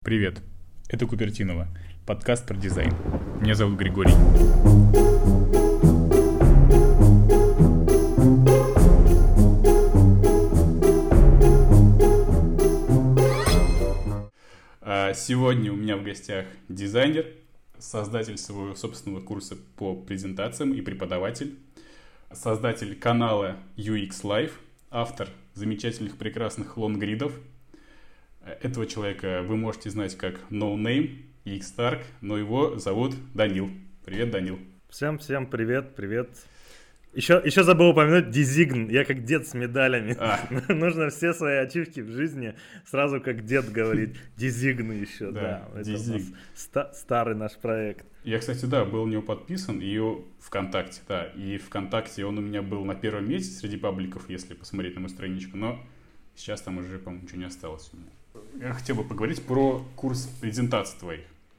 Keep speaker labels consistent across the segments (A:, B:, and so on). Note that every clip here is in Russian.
A: Привет, это Купертиново, подкаст про дизайн. Меня зовут Григорий. Сегодня у меня в гостях дизайнер, создатель своего собственного курса по презентациям и преподаватель, создатель канала UX Life, автор замечательных прекрасных лонгридов. Этого человека вы можете знать как No Name, X-Stark, но его зовут Данил. Привет, Данил.
B: Всем привет. Еще забыл упомянуть Дизигн. Я как дед с медалями. Нужно все свои ачивки в жизни сразу как дед говорить. Дизигн еще, да.
A: Дизигн.
B: Старый наш проект.
A: Я, кстати, был на него подписан, и ВКонтакте, и ВКонтакте он у меня был на первом месте среди пабликов, если посмотреть на мою страничку, но сейчас там уже, по-моему, ничего не осталось у меня. Я хотел бы поговорить про курс презентаций твоих.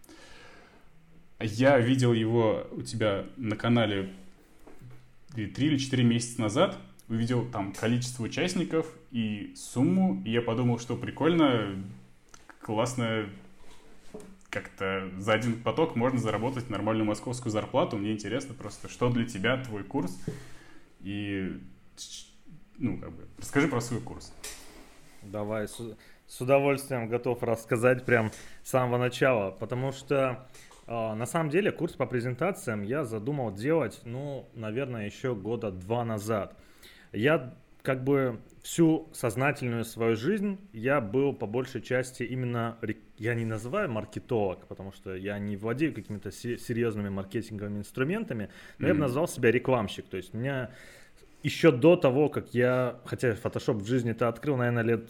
A: Я видел его у тебя на канале 3 или 4 месяца назад. Увидел там количество участников и сумму. И я подумал, что прикольно, классно, как-то за один поток можно заработать нормальную московскую зарплату. Мне интересно просто, что для тебя твой курс. И, расскажи про свой курс.
B: Давай, с удовольствием готов рассказать прям с самого начала, потому что на самом деле курс по презентациям я задумал делать, наверное, еще 2 года назад. Я всю сознательную свою жизнь я был по большей части именно, я не называю маркетолог, потому что я не владею какими-то серьезными маркетинговыми инструментами, но я бы назвал себя рекламщик, то есть меня... Еще до того, как хотя Photoshop в жизни-то открыл, наверное, лет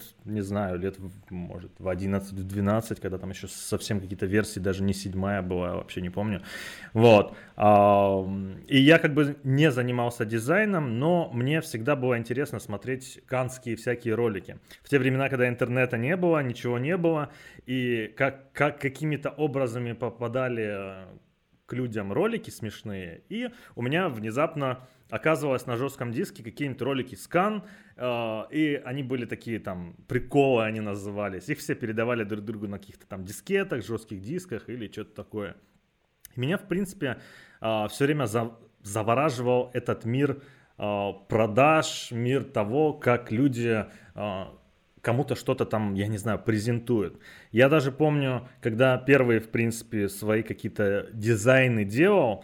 B: в 11-12, когда там еще совсем какие-то версии, даже не 7-я была, вообще не помню. Вот. И я не занимался дизайном, но мне всегда было интересно смотреть канские всякие ролики. В те времена, когда интернета не было, ничего не было, и как какими-то образами попадали к людям ролики смешные, и у меня внезапно оказывалось на жестком диске какие-нибудь ролики с Cannes, и они были такие там, приколы они назывались, их все передавали друг другу на каких-то там дискетах, жестких дисках или что-то такое. И меня, в принципе, все время завораживал этот мир продаж, мир того, как люди... кому-то что-то там, я не знаю, презентуют. Я даже помню, когда первые, в принципе, свои какие-то дизайны делал,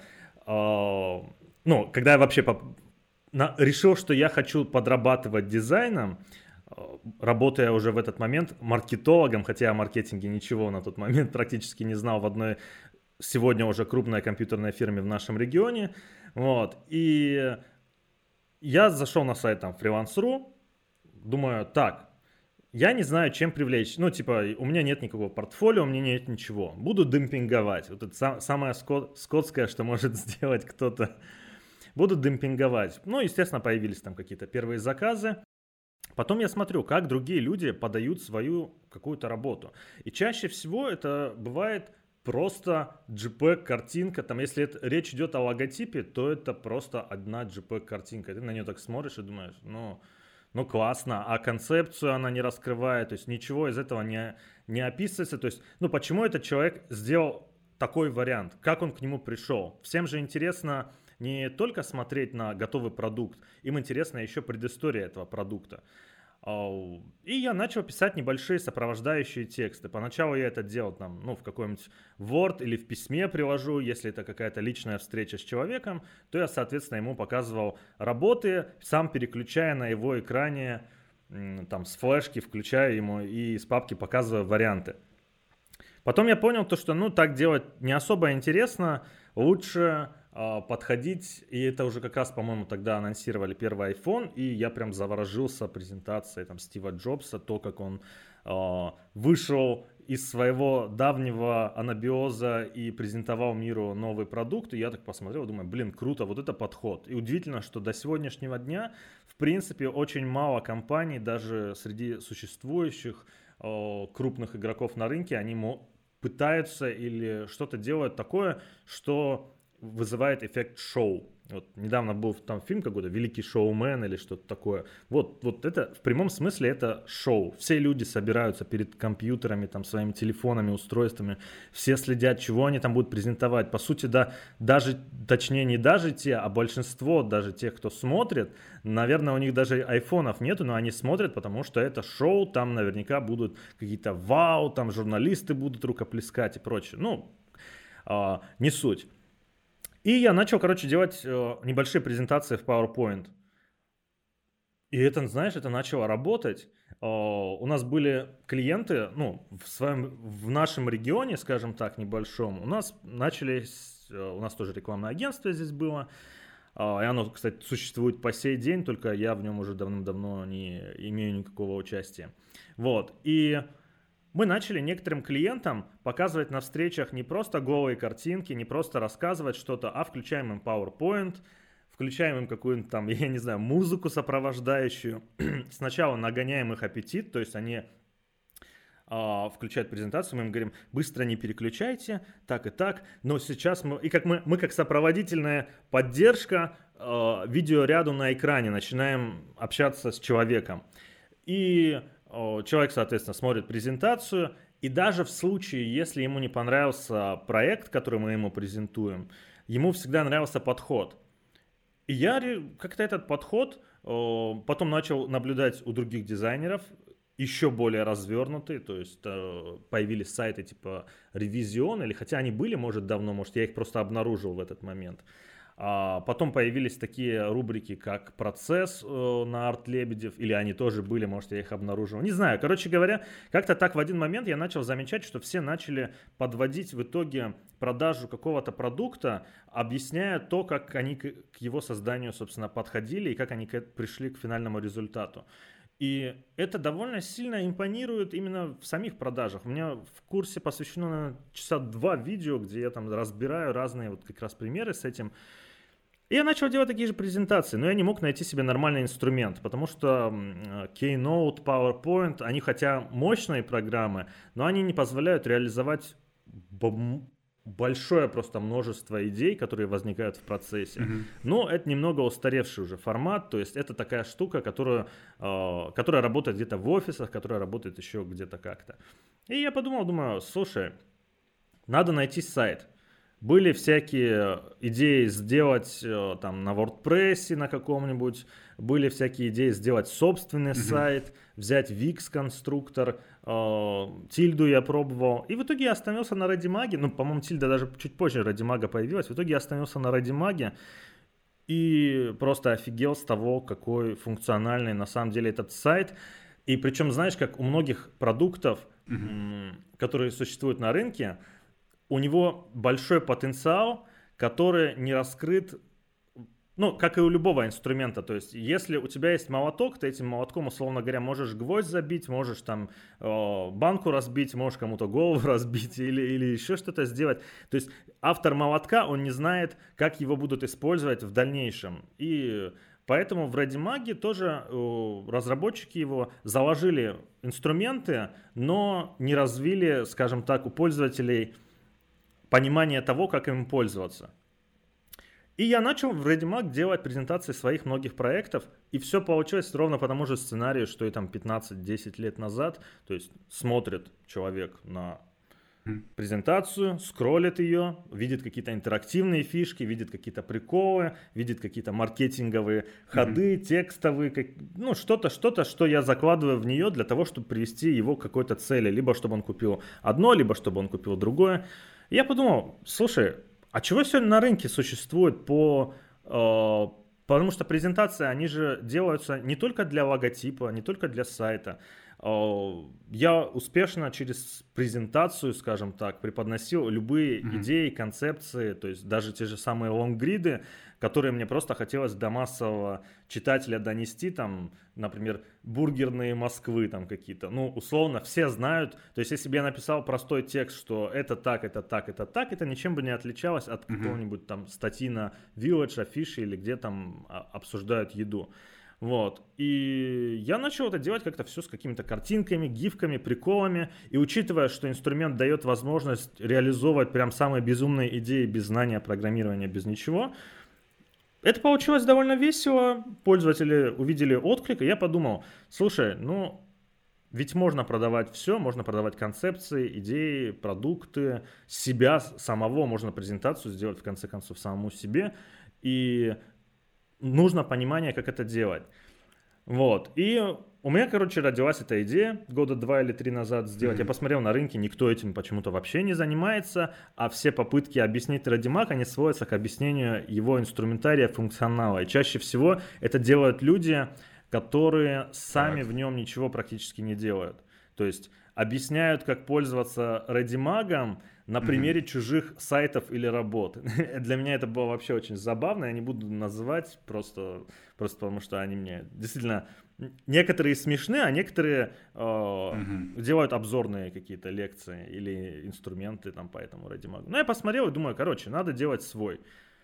B: когда я вообще решил, что я хочу подрабатывать дизайном, работая уже в этот момент маркетологом, хотя о маркетинге ничего на тот момент практически не знал в одной сегодня уже крупной компьютерной фирме в нашем регионе. Вот. И я зашел на сайт там Freelance.ru, думаю, я не знаю, чем привлечь. У меня нет никакого портфолио, у меня нет ничего. Буду демпинговать. Вот это самое скотское, что может сделать кто-то. Буду демпинговать. Естественно, появились там какие-то первые заказы. Потом я смотрю, как другие люди подают свою какую-то работу. И чаще всего это бывает просто JPEG-картинка. Там, если речь идет о логотипе, то это просто одна JPEG-картинка. Ты на нее так смотришь и думаешь, классно, а концепцию она не раскрывает, то есть ничего из этого не описывается, то есть, почему этот человек сделал такой вариант, как он к нему пришел. Всем же интересно не только смотреть на готовый продукт, им интересна еще предыстория этого продукта. И я начал писать небольшие сопровождающие тексты. Поначалу я это делал в какой-нибудь Word или в письме приложу. Если это какая-то личная встреча с человеком, то я, соответственно, ему показывал работы, сам переключая на его экране, с флешки, включая ему и из папки показывая варианты. Потом я понял, что так делать не особо интересно, лучше подходить, и это уже как раз, по-моему, тогда анонсировали первый iPhone, и я прям заворожился презентацией Стива Джобса, то, как он вышел из своего давнего анабиоза и презентовал миру новый продукт, и я так посмотрел, думаю, круто, вот это подход. И удивительно, что до сегодняшнего дня, в принципе, очень мало компаний, даже среди существующих крупных игроков на рынке, они пытаются или что-то делают такое, что вызывает эффект шоу. Вот недавно был там фильм какой-то «Великий шоумен» или что-то такое. Вот это в прямом смысле это шоу. Все люди собираются перед компьютерами, там, своими телефонами, устройствами. Все следят, чего они там будут презентовать. По сути, да, даже, точнее, не даже те, а большинство даже тех, кто смотрит, наверное, у них даже айфонов нету, но они смотрят, потому что это шоу, там наверняка будут какие-то вау, там журналисты будут рукоплескать и прочее. Ну, не суть. И я начал, делать небольшие презентации в PowerPoint. И это, знаешь, это начало работать. У нас были клиенты, ну, в нашем регионе, скажем так, небольшом, у нас тоже рекламное агентство здесь было. И оно, кстати, существует по сей день, только я в нем уже давным-давно не имею никакого участия. Вот, и мы начали некоторым клиентам показывать на встречах не просто голые картинки, не просто рассказывать что-то, а включаем им PowerPoint, включаем им какую-нибудь там, я не знаю, музыку сопровождающую. Сначала нагоняем их аппетит, то есть они включают презентацию, мы им говорим, быстро не переключайте, так и так, но сейчас мы как сопроводительная поддержка видеоряду на экране начинаем общаться с человеком. И человек, соответственно, смотрит презентацию, и даже в случае, если ему не понравился проект, который мы ему презентуем, ему всегда нравился подход. И я как-то этот подход потом начал наблюдать у других дизайнеров, еще более развернутые, то есть появились сайты типа Revision, или хотя они были, может, давно, может, я их просто обнаружил в этот момент. Потом появились такие рубрики, как «Процесс» на Арт Лебедев, или они тоже были, может, я их обнаружил. Не знаю, короче говоря, как-то так в один момент я начал замечать, что все начали подводить в итоге продажу какого-то продукта, объясняя то, как они к его созданию, собственно, подходили и как они пришли к финальному результату. И это довольно сильно импонирует именно в самих продажах. У меня в курсе посвящено, наверное, часа 2 видео, где я там разбираю разные вот как раз примеры с этим. И я начал делать такие же презентации, но я не мог найти себе нормальный инструмент, потому что Keynote, PowerPoint, они хотя мощные программы, но они не позволяют реализовать большое просто множество идей, которые возникают в процессе. Но это немного устаревший уже формат, то есть это такая штука, которая работает где-то в офисах, которая работает еще где-то как-то. И я думаю, слушай, надо найти сайт. Были всякие идеи сделать там на WordPress на каком-нибудь, были всякие идеи сделать собственный сайт, взять Wix-конструктор, Тильду я пробовал. И в итоге я остановился на Readymag, ну, по-моему, Тильда даже чуть позже Readymag появилась. В итоге я остановился на Readymag и просто офигел с того, какой функциональный на самом деле этот сайт. И причем, знаешь, как у многих продуктов, которые существуют на рынке, у него большой потенциал, который не раскрыт, ну, как и у любого инструмента. То есть, если у тебя есть молоток, ты этим молотком, условно говоря, можешь гвоздь забить, можешь там банку разбить, можешь кому-то голову разбить или еще что-то сделать. То есть, автор молотка, он не знает, как его будут использовать в дальнейшем. И поэтому в Readymag тоже разработчики его заложили инструменты, но не развили, скажем так, у пользователей понимание того, как им пользоваться. И я начал в Readymag делать презентации своих многих проектов, и все получилось ровно по тому же сценарию, что и там 15-10 лет назад. То есть смотрит человек на презентацию, скроллит ее, видит какие-то интерактивные фишки, видит какие-то приколы, видит какие-то маркетинговые ходы, текстовые, ну что-то, что я закладываю в нее для того, чтобы привести его к какой-то цели, либо чтобы он купил одно, либо чтобы он купил другое. И я подумал, слушай, а чего сегодня на рынке существует потому что презентации, они же делаются не только для логотипа, не только для сайта. Я успешно через презентацию, скажем так, преподносил любые идеи, концепции, то есть даже те же самые лонгриды, которые мне просто хотелось до массового читателя донести, там, например, бургерные Москвы там какие-то, ну, условно, все знают, то есть если бы я написал простой текст, что это так, это так, это так, это ничем бы не отличалось от какого-нибудь там статьи на Village, Афиши или где там обсуждают еду. Вот. И я начал это делать как-то все с какими-то картинками, гифками, приколами. И учитывая, что инструмент дает возможность реализовывать прям самые безумные идеи без знания программирования, без ничего, это получилось довольно весело. Пользователи увидели отклик, и я подумал, слушай, ну, ведь можно продавать все, можно продавать концепции, идеи, продукты, себя самого, можно презентацию сделать, в конце концов, самому себе. И нужно понимание, как это делать. Вот. И у меня, короче, родилась эта идея года 2 или 3 назад сделать. Я посмотрел на рынке, никто этим почему-то вообще не занимается, а все попытки объяснить ReadyMag, они сводятся к объяснению его инструментария, функционала. И чаще всего это делают люди, которые сами в нем ничего практически не делают. То есть объясняют, как пользоваться ReadyMag на примере чужих сайтов или работ. Для меня это было вообще очень забавно, я не буду называть, просто потому что они мне действительно... Некоторые смешны, а некоторые делают обзорные какие-то лекции или инструменты там по этому ReadyMag. Но я посмотрел и думаю, короче, надо делать свой.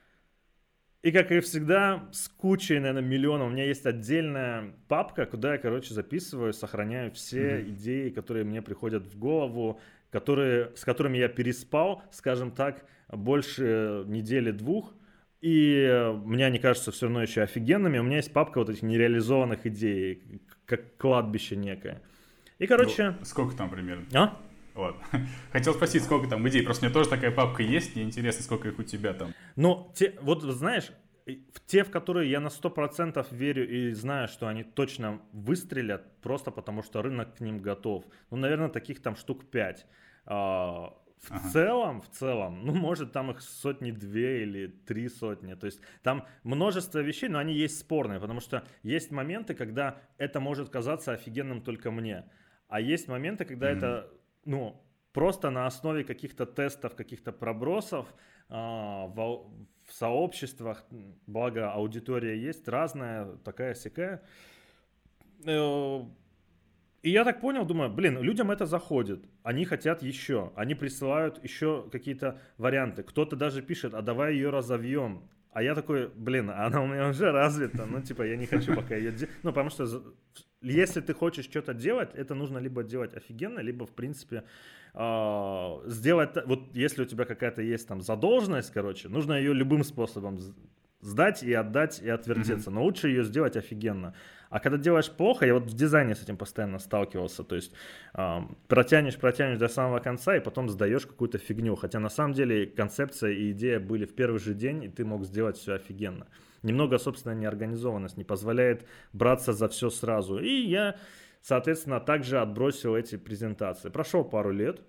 B: И, как и всегда, с кучей, наверное, миллионов, у меня есть отдельная папка, куда я, короче, записываю, сохраняю все идеи, которые мне приходят в голову, с которыми я переспал, скажем так, больше недели-двух. И мне они кажутся все равно еще офигенными. У меня есть папка вот этих нереализованных идей, как кладбище некое. И, короче...
A: Ну, сколько там примерно?
B: Вот.
A: Хотел спросить, сколько там идей. Просто у меня тоже такая папка есть. Мне интересно, сколько их у тебя там.
B: Ну, вот знаешь, в которые я на 100% верю и знаю, что они точно выстрелят, просто потому что рынок к ним готов. Ну, наверное, таких там штук 5. В целом, ну, может, там их 100-2 или 300. То есть там множество вещей, но они есть спорные, потому что есть моменты, когда это может казаться офигенным только мне. А есть моменты, когда это, ну, просто на основе каких-то тестов, каких-то пробросов в сообществах, благо аудитория есть разная, такая-сякая. И я так понял, думаю, блин, людям это заходит, они хотят еще, они присылают еще какие-то варианты. Кто-то даже пишет, а давай ее разовьем. А я такой, блин, она у меня уже развита, ну типа я не хочу пока ее делать. Ну потому что если ты хочешь что-то делать, это нужно либо делать офигенно, либо в принципе сделать, вот если у тебя какая-то есть там задолженность, короче, нужно ее любым способом сдать и отдать и отвертеться, но лучше ее сделать офигенно. А когда делаешь плохо, я вот в дизайне с этим постоянно сталкивался, то есть протянешь до самого конца и потом сдаешь какую-то фигню, хотя на самом деле концепция и идея были в первый же день, и ты мог сделать все офигенно. Немного собственная неорганизованность не позволяет браться за все сразу, и я, соответственно, также отбросил эти презентации. Прошло пару лет,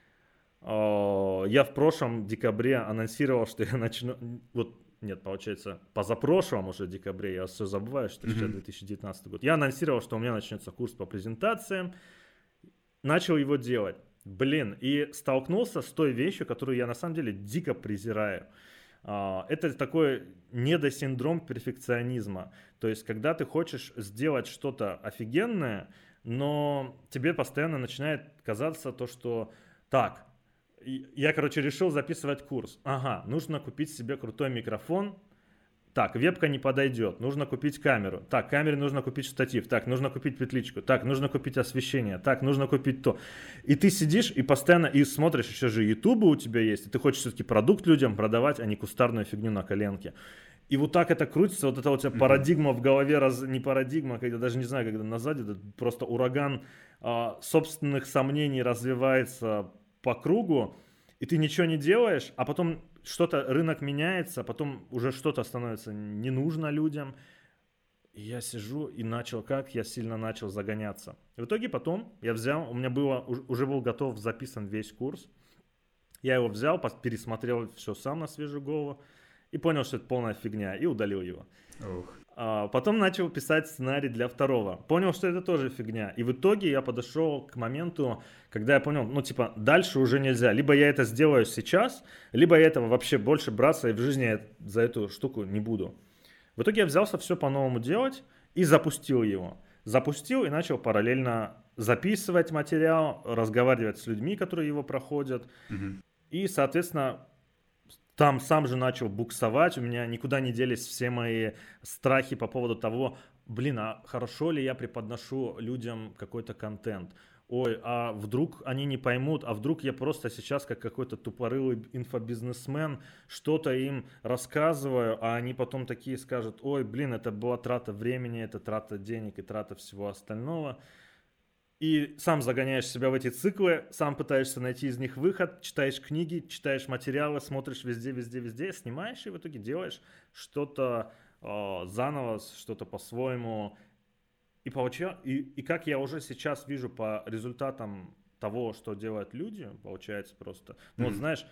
B: я в прошлом декабре анонсировал, что я начну, нет, получается, позапрошлом уже декабре, я все забываю, что сейчас 2019 год. Я анонсировал, что у меня начнется курс по презентациям, начал его делать. Блин, и столкнулся с той вещью, которую я на самом деле дико презираю. Это такой недосиндром перфекционизма. То есть, когда ты хочешь сделать что-то офигенное, но тебе постоянно начинает казаться то, что так, я, короче, решил записывать курс. Ага, нужно купить себе крутой микрофон. Так, вебка не подойдет. Нужно купить камеру. Так, камере нужно купить штатив. Так, нужно купить петличку. Так, нужно купить освещение. Так, нужно купить то. И ты сидишь и постоянно и смотришь, еще же ютубы у тебя есть. И ты хочешь все-таки продукт людям продавать, а не кустарную фигню на коленке. И вот так это крутится, вот это у тебя парадигма в голове, не парадигма, когда даже не знаю, когда назад, это просто ураган собственных сомнений развивается по кругу, и ты ничего не делаешь, а потом рынок меняется, потом уже что-то становится не нужно людям. И я сижу и я сильно начал загоняться. И в итоге потом я взял, у меня уже был готов, записан весь курс. Я его взял, пересмотрел все сам на свежую голову и понял, что это полная фигня, и удалил его. Потом начал писать сценарий для второго. Понял, что это тоже фигня. И в итоге я подошел к моменту, когда я понял, дальше уже нельзя. Либо я это сделаю сейчас, либо я этого вообще больше браться и в жизни я за эту штуку не буду. В итоге я взялся все по-новому делать и запустил его. Запустил и начал параллельно записывать материал, разговаривать с людьми, которые его проходят. И, соответственно, там сам же начал буксовать, у меня никуда не делись все мои страхи по поводу того, блин, а хорошо ли я преподношу людям какой-то контент? Ой, а вдруг они не поймут, а вдруг я просто сейчас как какой-то тупорылый инфобизнесмен что-то им рассказываю, а они потом такие скажут, ой, блин, это была трата времени, это трата денег и трата всего остального. И сам загоняешь себя в эти циклы, сам пытаешься найти из них выход, читаешь книги, читаешь материалы, смотришь везде, снимаешь и в итоге делаешь что-то заново, что-то по-своему. И как я уже сейчас вижу по результатам того, что делают люди, получается просто, ну вот знаешь,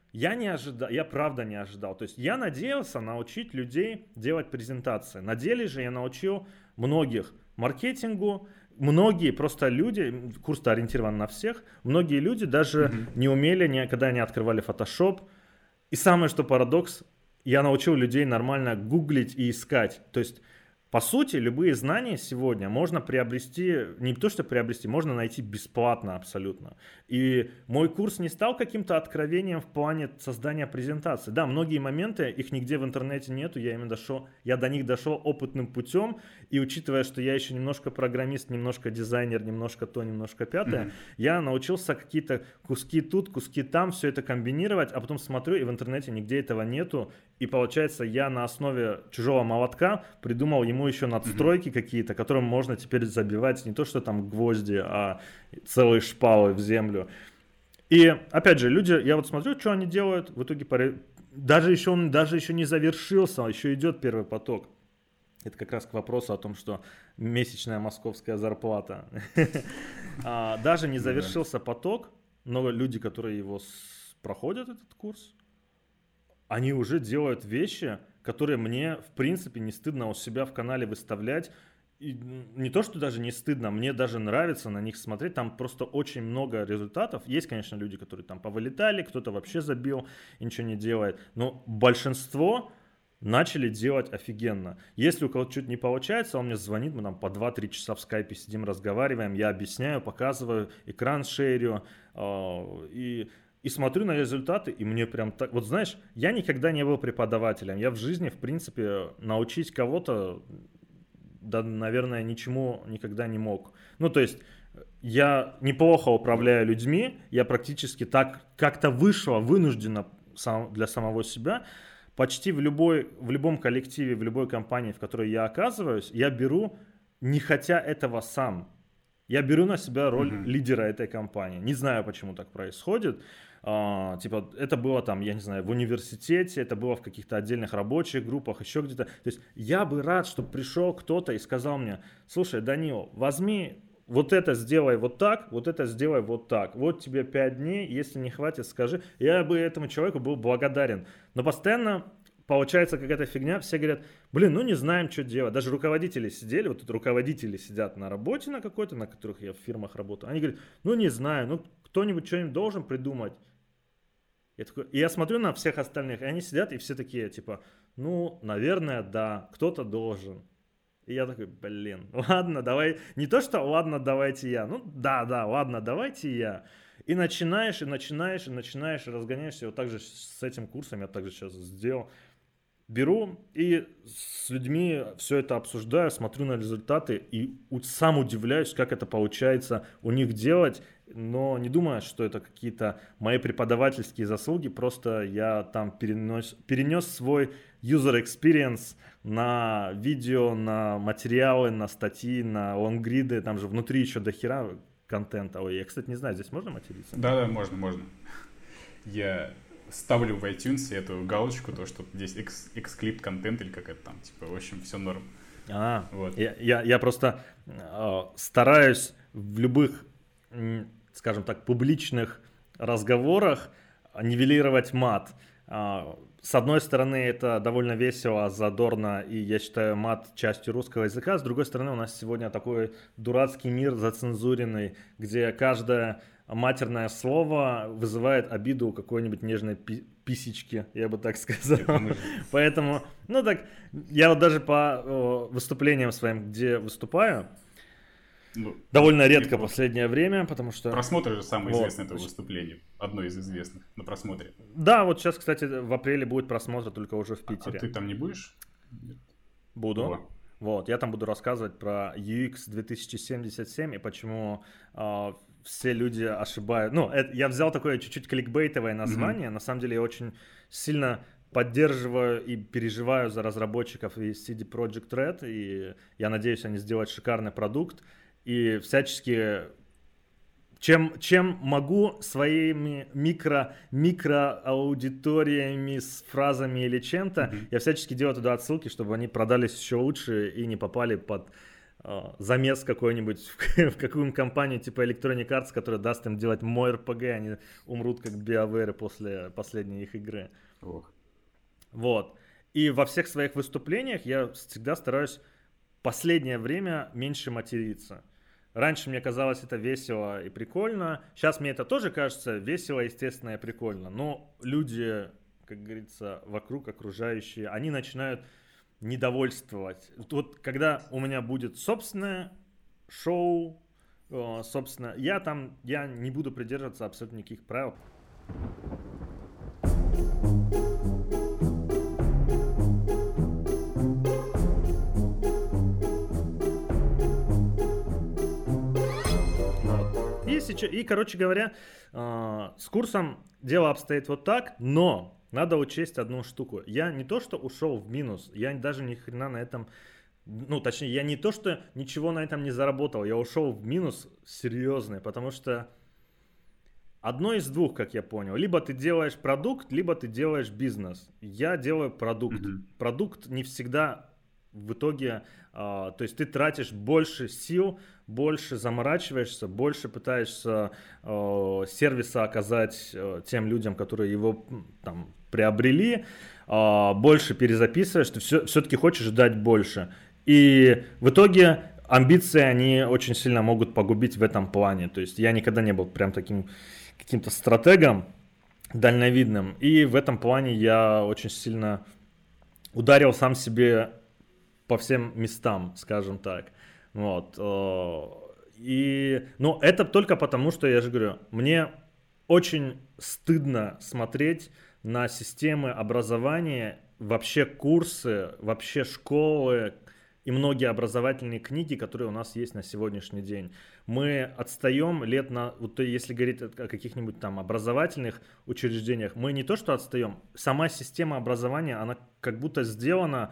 B: я правда не ожидал. То есть я надеялся научить людей делать презентации. На деле же я научил многих маркетингу, многие просто люди, курс-то ориентирован на всех, многие люди даже не умели, никогда не открывали Photoshop. И самое, что парадокс, я научил людей нормально гуглить и искать. То есть по сути, любые знания сегодня можно приобрести, не то что приобрести, можно найти бесплатно абсолютно. И мой курс не стал каким-то откровением в плане создания презентации. Да, многие моменты, их нигде в интернете нету, я до них дошел опытным путем. И учитывая, что я еще немножко программист, немножко дизайнер, немножко то, немножко пятое, я научился какие-то куски тут, куски там, все это комбинировать, а потом смотрю, и в интернете нигде этого нету. И получается, я на основе чужого молотка придумал ему еще надстройки какие-то, которым можно теперь забивать не то, что там гвозди, а целые шпалы в землю. И опять же, люди, я вот смотрю, что они делают, в итоге он даже еще не завершился, еще идет первый поток. Это как раз к вопросу о том, что месячная московская зарплата. Даже не завершился поток, но люди, которые его проходят, этот курс, они уже делают вещи, которые мне, в принципе, не стыдно у себя в канале выставлять. И не то, что даже не стыдно, мне даже нравится на них смотреть. Там просто очень много результатов. Есть, конечно, люди, которые там повылетали, кто-то вообще забил и ничего не делает. Но большинство начали делать офигенно. Если у кого-то что-то не получается, он мне звонит, мы там по 2-3 часа в скайпе сидим, разговариваем, я объясняю, показываю, экран шерю, и смотрю на результаты, и мне прям так... Вот знаешь, я никогда не был преподавателем. Я в жизни, в принципе, научить кого-то, да, наверное, ничему никогда не мог. Ну, то есть, я неплохо управляю людьми, я практически так как-то вынужденно для самого себя. Почти в любом коллективе, в любой компании, в которой я оказываюсь, я беру, не хотя этого сам. Я беру на себя роль лидера этой компании. Не знаю, почему так происходит. Типа, это было там, я не знаю, в университете, это было в каких-то отдельных рабочих группах, еще где-то. То есть я бы рад, чтобы пришел кто-то и сказал мне: слушай, Данил, возьми вот это сделай вот так, вот это сделай вот так. Вот тебе 5 дней, если не хватит, скажи. Я бы этому человеку был благодарен. Но постоянно получается какая-то фигня, все говорят: блин, ну не знаем, что делать. Даже руководители сидели, вот тут руководители сидят на работе на какой-то, на которых я в фирмах работаю. Они говорят: ну не знаю, ну кто-нибудь что-нибудь должен придумать. И я смотрю на всех остальных, и они сидят, и все такие, типа, ну, наверное, да, кто-то должен. И я такой: блин, ладно, давай, не то что ладно, давайте я, ну да, ладно, давайте я. И начинаешь, и разгоняешься. И вот так же с этим курсом я также сейчас сделал. Беру и с людьми все это обсуждаю, смотрю на результаты и сам удивляюсь, как это получается у них делать, но не думаю, что это какие-то мои преподавательские заслуги, просто я там перенес свой user experience на видео, на материалы, на статьи, на лонгриды, там же внутри еще до хера контента. Ой, я, кстати, не знаю, здесь можно материться?
A: Да, можно. Я ставлю в iTunes эту галочку, то, что здесь эксклип контент или как это там, типа, в общем, все норм.
B: Вот. Я просто стараюсь в любых, скажем так, публичных разговорах нивелировать мат. С одной стороны, это довольно весело, задорно, и я считаю мат частью русского языка. С другой стороны, у нас сегодня такой дурацкий мир зацензуренный, где каждое матерное слово вызывает обиду у какой-нибудь нежной писечки, я бы так сказал. Поэтому, ну так, я вот даже по выступлениям своим, где выступаю, довольно редко последнее время, потому что...
A: Просмотр же самое известное этого выступления. Одно из известных на просмотре.
B: Да, вот сейчас, кстати, в апреле будет просмотр, только уже в Питере.
A: А ты там не будешь?
B: Буду. Вот, я там буду рассказывать про UX 2077 и почему все люди ошибают. Ну, я взял такое чуть-чуть кликбейтовое название. На самом деле я очень сильно поддерживаю и переживаю за разработчиков из CD Projekt Red, и я надеюсь, они сделают шикарный продукт. И всячески, чем могу, своими микроаудиториями с фразами или чем-то, я всячески делаю туда отсылки, чтобы они продались еще лучше и не попали под замес какой-нибудь в какую-нибудь компанию типа Electronic Arts, которая даст им делать мой RPG, они умрут как BioWare после последней их игры. Вот. И во всех своих выступлениях я всегда стараюсь последнее время меньше материться. Раньше мне казалось это весело и прикольно. Сейчас мне это тоже кажется весело, естественно, и прикольно. Но люди, как говорится, вокруг окружающие, они начинают недовольствовать. Вот когда у меня будет собственное шоу, собственно, я не буду придерживаться абсолютно никаких правил. И, короче говоря, с курсом дело обстоит вот так, но надо учесть одну штуку. Я не то, что ушел в минус, я даже ни хрена на этом, ну, точнее, я не то, что ничего на этом не заработал, я ушел в минус серьезный, потому что одно из двух, как я понял, либо ты делаешь продукт, либо ты делаешь бизнес. Я делаю продукт. Продукт не всегда в итоге, то есть ты тратишь больше сил, больше заморачиваешься, больше пытаешься сервиса оказать тем людям, которые его там приобрели, больше перезаписываешь, ты все-таки хочешь дать больше. И в итоге амбиции, они очень сильно могут погубить в этом плане. То есть я никогда не был прям таким каким-то стратегом дальновидным. И в этом плане я очень сильно ударил сам себе по всем местам, скажем так. Вот. Но это только потому, что, я же говорю, мне очень стыдно смотреть на системы образования, вообще курсы, вообще школы и многие образовательные книги, которые у нас есть на сегодняшний день. Мы отстаем лет на... Вот если говорить о каких-нибудь там образовательных учреждениях, мы не то что отстаем, сама система образования, она как будто сделана...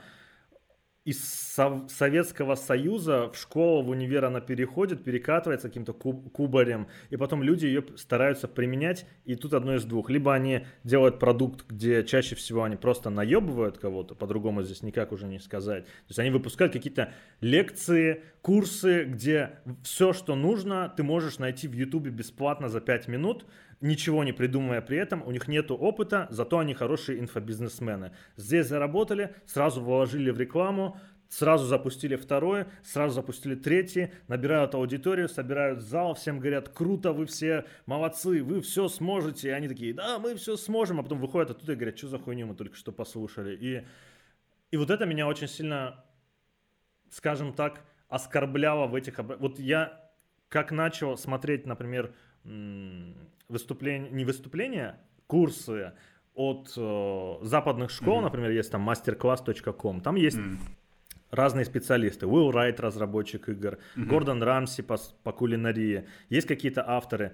B: Из Советского Союза в школу, в универ она переходит, перекатывается каким-то кубарем, и потом люди ее стараются применять, и тут одно из двух. Либо они делают продукт, где чаще всего они просто наебывают кого-то, по-другому здесь никак уже не сказать. То есть они выпускают какие-то лекции, курсы, где все, что нужно, ты можешь найти в Ютубе бесплатно за 5 минут, ничего не придумывая при этом, у них нету опыта, зато они хорошие инфобизнесмены. Здесь заработали, сразу вложили в рекламу, сразу запустили второе, сразу запустили третье, набирают аудиторию, собирают зал, всем говорят: круто, вы все молодцы, вы все сможете. И они такие: да, мы все сможем, а потом выходят оттуда и говорят: что за хуйню мы только что послушали. И вот это меня очень сильно, скажем так, оскорбляло в этих... Вот я как начал смотреть, например, курсы от западных школ, например, есть там masterclass.com, там есть разные специалисты. Уилл Райт, разработчик игр, Гордон Рамси по кулинарии, есть какие-то авторы.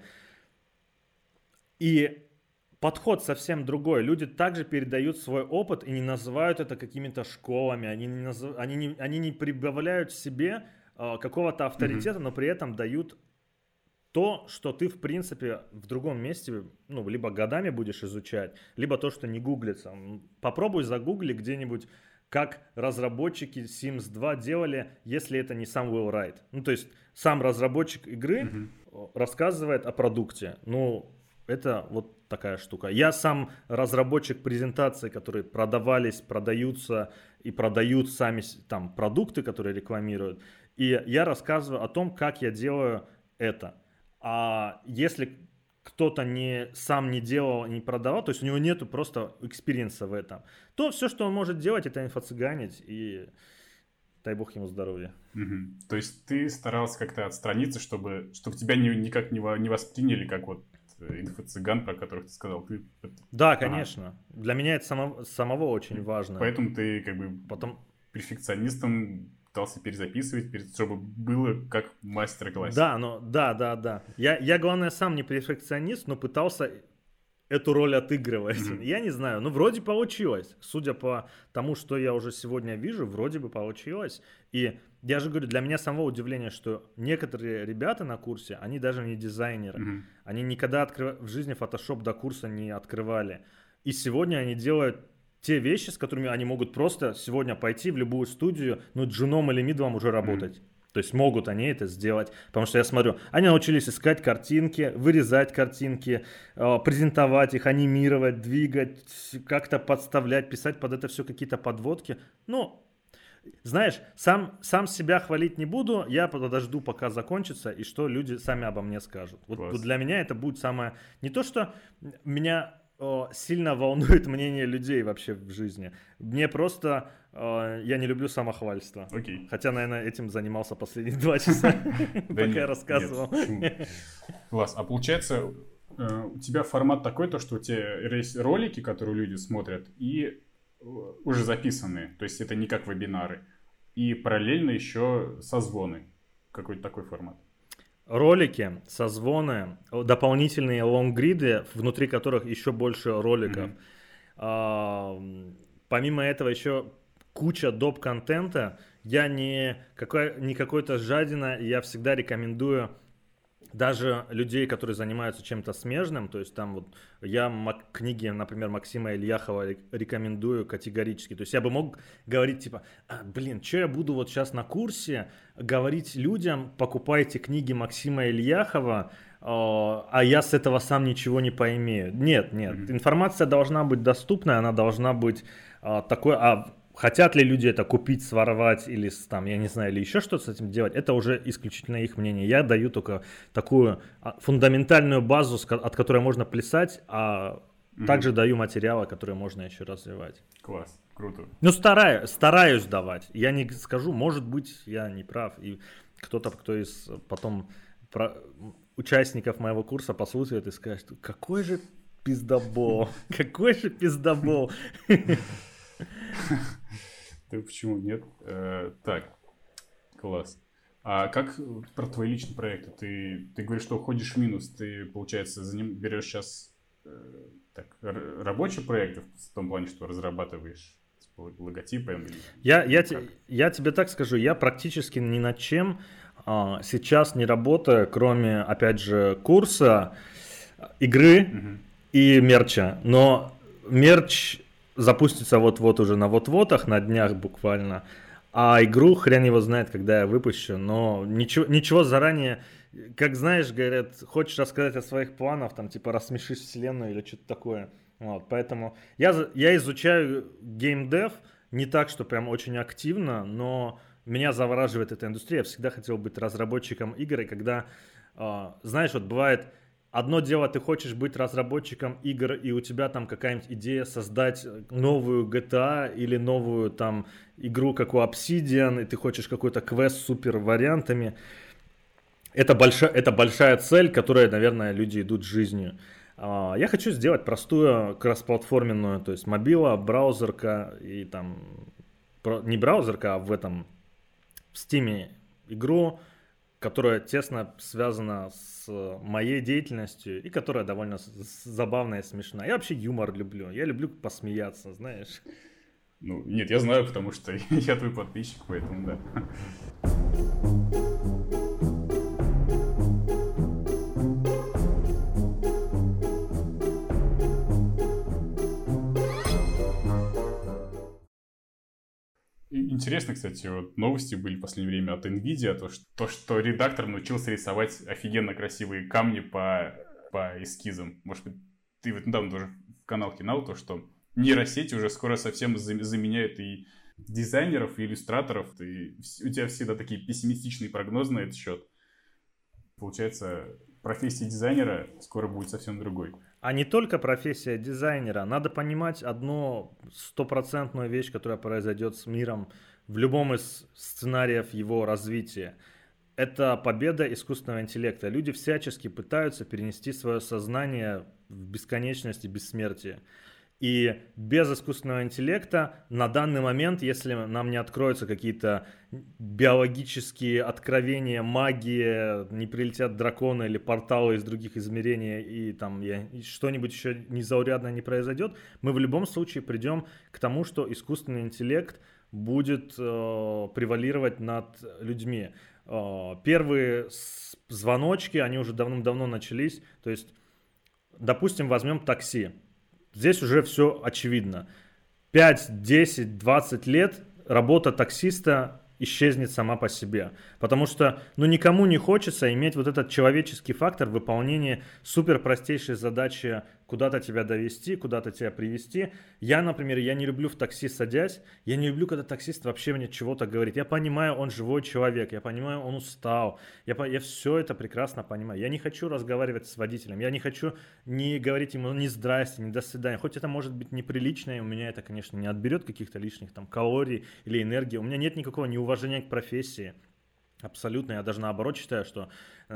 B: И подход совсем другой. Люди также передают свой опыт и не называют это какими-то школами, они не прибавляют себе какого-то авторитета, но при этом дают то, что ты, в принципе, в другом месте, ну, либо годами будешь изучать, либо то, что не гуглится. Попробуй загугли где-нибудь, как разработчики Sims 2 делали, если это не сам Уилл Райт. Ну, то есть, сам разработчик игры рассказывает о продукте. Ну, это вот такая штука. Я сам разработчик презентаций, которые продавались, продаются и продают сами там продукты, которые рекламируют. И я рассказываю о том, как я делаю это. А если кто-то сам не делал, не продавал, то есть у него нету просто экспириенса в этом, то все, что он может делать, это инфо-цыганить, и дай бог ему здоровья.
A: То есть ты старался как-то отстраниться, чтобы тебя никак не восприняли как вот инфо-цыган, про которых ты сказал.
B: Да, конечно. Для меня это самого очень важно.
A: Поэтому ты как бы перфекционистом пытался перезаписывать, чтобы было как в мастер-классе.
B: Да. Я, главное, сам не перфекционист, но пытался эту роль отыгрывать. Я не знаю, вроде получилось. Судя по тому, что я уже сегодня вижу, вроде бы получилось. И я же говорю, для меня самого удивление, что некоторые ребята на курсе, они даже не дизайнеры. Они никогда в жизни Photoshop до курса не открывали. И сегодня они делают те вещи, с которыми они могут просто сегодня пойти в любую студию, джуном или мидлом уже работать. То есть могут они это сделать, потому что я смотрю, они научились искать картинки, вырезать картинки, презентовать их, анимировать, двигать, как-то подставлять, писать под это все какие-то подводки. Знаешь, сам себя хвалить не буду, я подожду, пока закончится, и что люди сами обо мне скажут. Вот для меня это будет самое... Не то, что меня сильно волнует мнение людей вообще в жизни. Мне просто... я не люблю самохвальство.
A: Окей.
B: Хотя, наверное, этим занимался последние 2 часа, пока я рассказывал.
A: Класс. А получается, у тебя формат такой, то, что у тебя есть ролики, которые люди смотрят, и уже записанные. То есть это не как вебинары. И параллельно еще созвоны. Какой-то такой формат.
B: Ролики, созвоны, дополнительные лонгриды, внутри которых еще больше роликов. Помимо этого еще куча доп-контента. Я не какой-то жадина, я всегда рекомендую даже людей, которые занимаются чем-то смежным, то есть там я книги, например, Максима Ильяхова рекомендую категорически. То есть я бы мог говорить типа, что я буду сейчас на курсе говорить людям, покупайте книги Максима Ильяхова, а я с этого сам ничего не поимею. Нет, информация должна быть доступная, она должна быть такой... Хотят ли люди это купить, своровать или я не знаю, или еще что-то с этим делать, это уже исключительно их мнение. Я даю только такую фундаментальную базу, от которой можно плясать, а также даю материалы, которые можно еще развивать.
A: Класс, круто.
B: Стараюсь давать. Я не скажу, может быть, я не прав. И кто из потом участников моего курса послушает и скажет, какой же пиздобол, какой же пиздобол.
A: Да почему нет? Так, класс. А как про твои личные проекты? Ты говоришь, что уходишь в минус. Ты, получается, берешь сейчас рабочие проекты в том плане, что разрабатываешь логотипы?
B: Я тебе так скажу, я практически ни над чем сейчас не работаю, кроме, опять же, курса, игры и мерча. Но мерч запустится вот-вот уже на вот-вотах, на днях буквально. А игру хрен его знает, когда я выпущу. Но ничего заранее... Как знаешь, говорят, хочешь рассказать о своих планах, рассмешишь вселенную или что-то такое. Поэтому я изучаю геймдев не так, что прям очень активно, но меня завораживает эта индустрия. Я всегда хотел быть разработчиком игр, и когда, знаешь, бывает... Одно дело, ты хочешь быть разработчиком игр, и у тебя там какая-нибудь идея создать новую GTA или новую игру, как у Obsidian, и ты хочешь какой-то квест с супер вариантами. Это большая цель, к которой, наверное, люди идут жизнью. Я хочу сделать простую кроссплатформенную, то есть мобила, браузерка и не браузерка, а в Steam игру, которая тесно связана с моей деятельностью и которая довольно забавная и смешная. Я вообще юмор люблю. Я люблю посмеяться, знаешь.
A: Нет, я знаю, потому что я твой подписчик, поэтому да. Интересно, кстати, новости были в последнее время от NVIDIA, то, что редактор научился рисовать офигенно красивые камни по эскизам. Может быть, ты недавно тоже в канал кинул то, что нейросети уже скоро совсем заменяют и дизайнеров, и иллюстраторов. И у тебя всегда такие пессимистичные прогнозы на этот счет. Получается, профессия дизайнера скоро будет совсем другой.
B: А не только профессия дизайнера. Надо понимать одну 100% вещь, которая произойдет с миром в любом из сценариев его развития. Это победа искусственного интеллекта. Люди всячески пытаются перенести свое сознание в бесконечность и бессмертие. И без искусственного интеллекта на данный момент, если нам не откроются какие-то биологические откровения, магия, не прилетят драконы или порталы из других измерений, и там что-нибудь еще незаурядное не произойдет, мы в любом случае придем к тому, что искусственный интеллект будет превалировать над людьми. Первые звоночки, они уже давным-давно начались. То есть, допустим, возьмем такси. Здесь уже все очевидно. 5, 10, 20 лет работа таксиста исчезнет сама по себе. Потому что никому не хочется иметь вот этот человеческий фактор выполнения супер простейшей задачи куда-то тебя довести, куда-то тебя привести. Я, например, не люблю в такси садясь, я не люблю, когда таксист вообще мне чего-то говорит. Я понимаю, он живой человек, я понимаю, он устал, я все это прекрасно понимаю. Я не хочу разговаривать с водителем, я не хочу не говорить ему ни здрасте, ни до свидания. Хоть это может быть неприлично, и у меня это, конечно, не отберет каких-то лишних там калорий или энергии. У меня нет никакого неуважения к профессии. Абсолютно, я даже наоборот считаю, что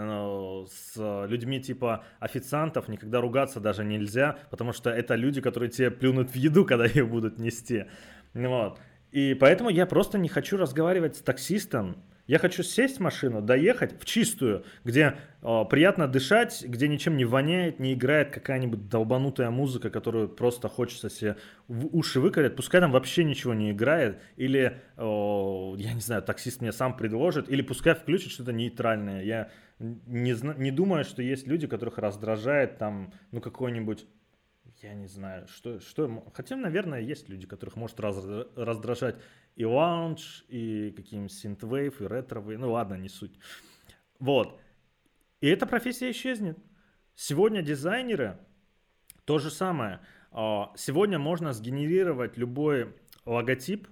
B: с людьми типа официантов никогда ругаться даже нельзя, потому что это люди, которые тебе плюнут в еду, когда ее будут нести. Вот. И поэтому я просто не хочу разговаривать с таксистом. Я хочу сесть в машину, доехать в чистую, где приятно дышать, где ничем не воняет, не играет какая-нибудь долбанутая музыка, которую просто хочется себе в уши выкорять. Пускай там вообще ничего не играет, или, я не знаю, таксист мне сам предложит, или пускай включит что-то нейтральное. Я не думаю, что есть люди, которых раздражает там, какой-нибудь... Я не знаю, что... Хотя, наверное, есть люди, которых может раздражать и лаунж, и какие-нибудь синтвейв, и ретровые. Ладно, не суть. Вот. И эта профессия исчезнет. Сегодня дизайнеры то же самое. Сегодня можно сгенерировать любой логотип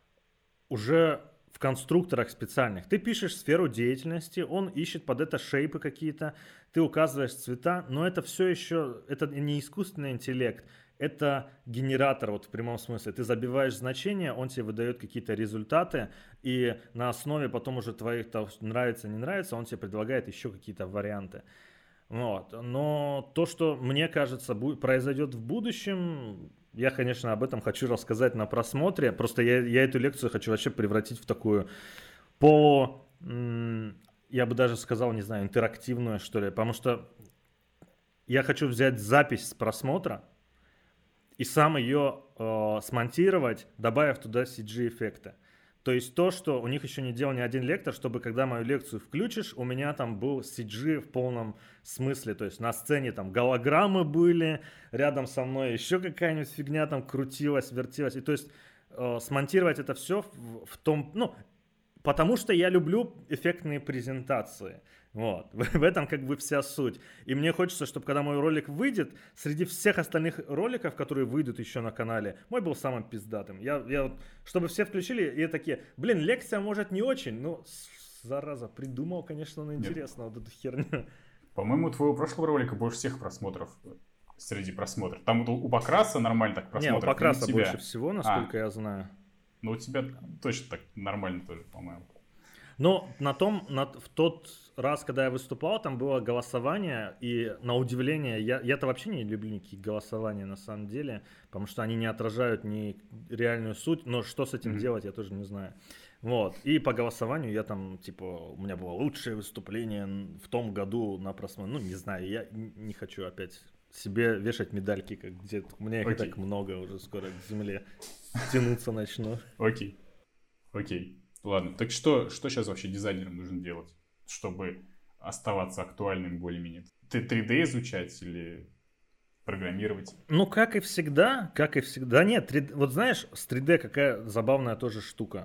B: уже в конструкторах специальных. Ты пишешь сферу деятельности, он ищет под это шейпы какие-то, ты указываешь цвета, но это все еще, это не искусственный интеллект, это генератор вот в прямом смысле. Ты забиваешь значения, он тебе выдает какие-то результаты, и на основе потом уже твоих нравится, не нравится, он тебе предлагает еще какие-то варианты. Вот. Но то, что мне кажется произойдет в будущем, я, конечно, об этом хочу рассказать на просмотре. Просто я эту лекцию хочу вообще превратить в такую я бы даже сказал, не знаю, интерактивную, что ли. Потому что я хочу взять запись с просмотра и сам ее смонтировать, добавив туда CG-эффекты. То есть то, что у них еще не делал ни один лектор, чтобы когда мою лекцию включишь, у меня там был CG в полном смысле. То есть на сцене там голограммы были, рядом со мной еще какая-нибудь фигня там крутилась, вертелась. И то есть смонтировать это все в том... Потому что я люблю эффектные презентации. Вот. В этом как бы вся суть. И мне хочется, чтобы когда мой ролик выйдет, среди всех остальных роликов, которые выйдут еще на канале, мой был самым пиздатым. Чтобы все включили и такие, лекция может не очень, зараза, придумал, конечно, интересно вот эту херню.
A: По-моему, у твоего прошлого ролика больше всех просмотров среди просмотров. Там у Покраса нормально так просмотров.
B: Не, у Покраса больше всего, насколько я знаю.
A: У тебя точно так нормально тоже, по-моему.
B: Но в тот раз, когда я выступал, там было голосование, и на удивление, я-то вообще не люблю никакие голосования на самом деле, потому что они не отражают ни реальную суть, но что с этим делать, я тоже не знаю. Вот, и по голосованию я там, у меня было лучшее выступление в том году на просмотр, не знаю, я не хочу опять себе вешать медальки, где у меня их и так много, уже скоро к земле тянуться начну.
A: Окей. Ладно, так что сейчас вообще дизайнерам нужно делать, чтобы оставаться актуальным более-менее? 3D изучать или программировать?
B: Как и всегда. Нет, 3D, вот знаешь, с 3D какая забавная тоже штука.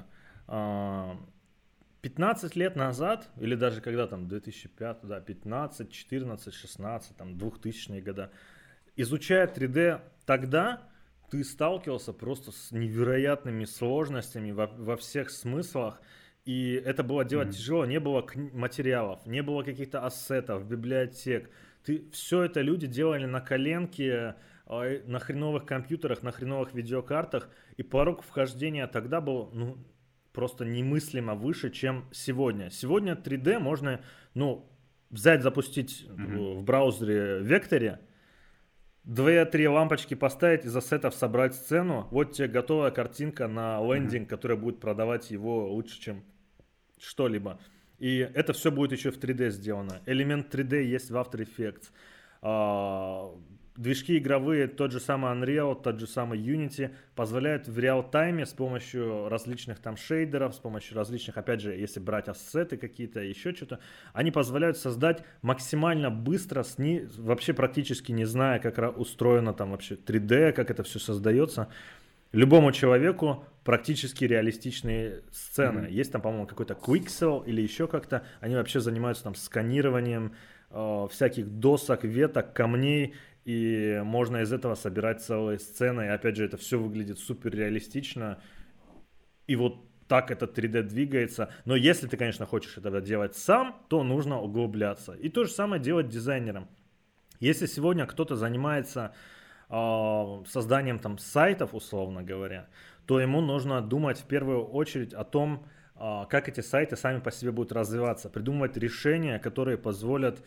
B: 15 лет назад, или даже когда там 2005, 15, 14, 16, там 2000-е годы, изучая 3D тогда, ты сталкивался просто с невероятными сложностями во всех смыслах, и это было делать тяжело, не было материалов, не было каких-то ассетов, библиотек. Все это люди делали на коленке, на хреновых компьютерах, на хреновых видеокартах, и порог вхождения тогда был просто немыслимо выше, чем сегодня. Сегодня 3D можно взять, запустить в браузере в векторе, 2-3 лампочки поставить, из ассетов собрать сцену, вот тебе готовая картинка на лендинг, которая будет продавать его лучше, чем что-либо. И это все будет еще в 3D сделано. Элемент 3D есть в After Effects. Движки игровые, тот же самый Unreal, тот же самый Unity позволяют в реал-тайме с помощью различных там шейдеров, с помощью различных, опять же, если брать ассеты какие-то, еще что-то, они позволяют создать максимально быстро, вообще практически не зная, как устроено там вообще 3D, как это все создается, любому человеку практически реалистичные сцены. Есть там, по-моему, какой-то Quixel или еще как-то, они вообще занимаются там сканированием всяких досок, веток, камней, и можно из этого собирать целые сцены. И опять же, это все выглядит супер реалистично. И вот так это 3D двигается. Но если ты, конечно, хочешь это делать сам, то нужно углубляться. И то же самое делать дизайнером. Если сегодня кто-то занимается созданием там сайтов, условно говоря, то ему нужно думать в первую очередь о том, как эти сайты сами по себе будут развиваться. Придумывать решения, которые позволят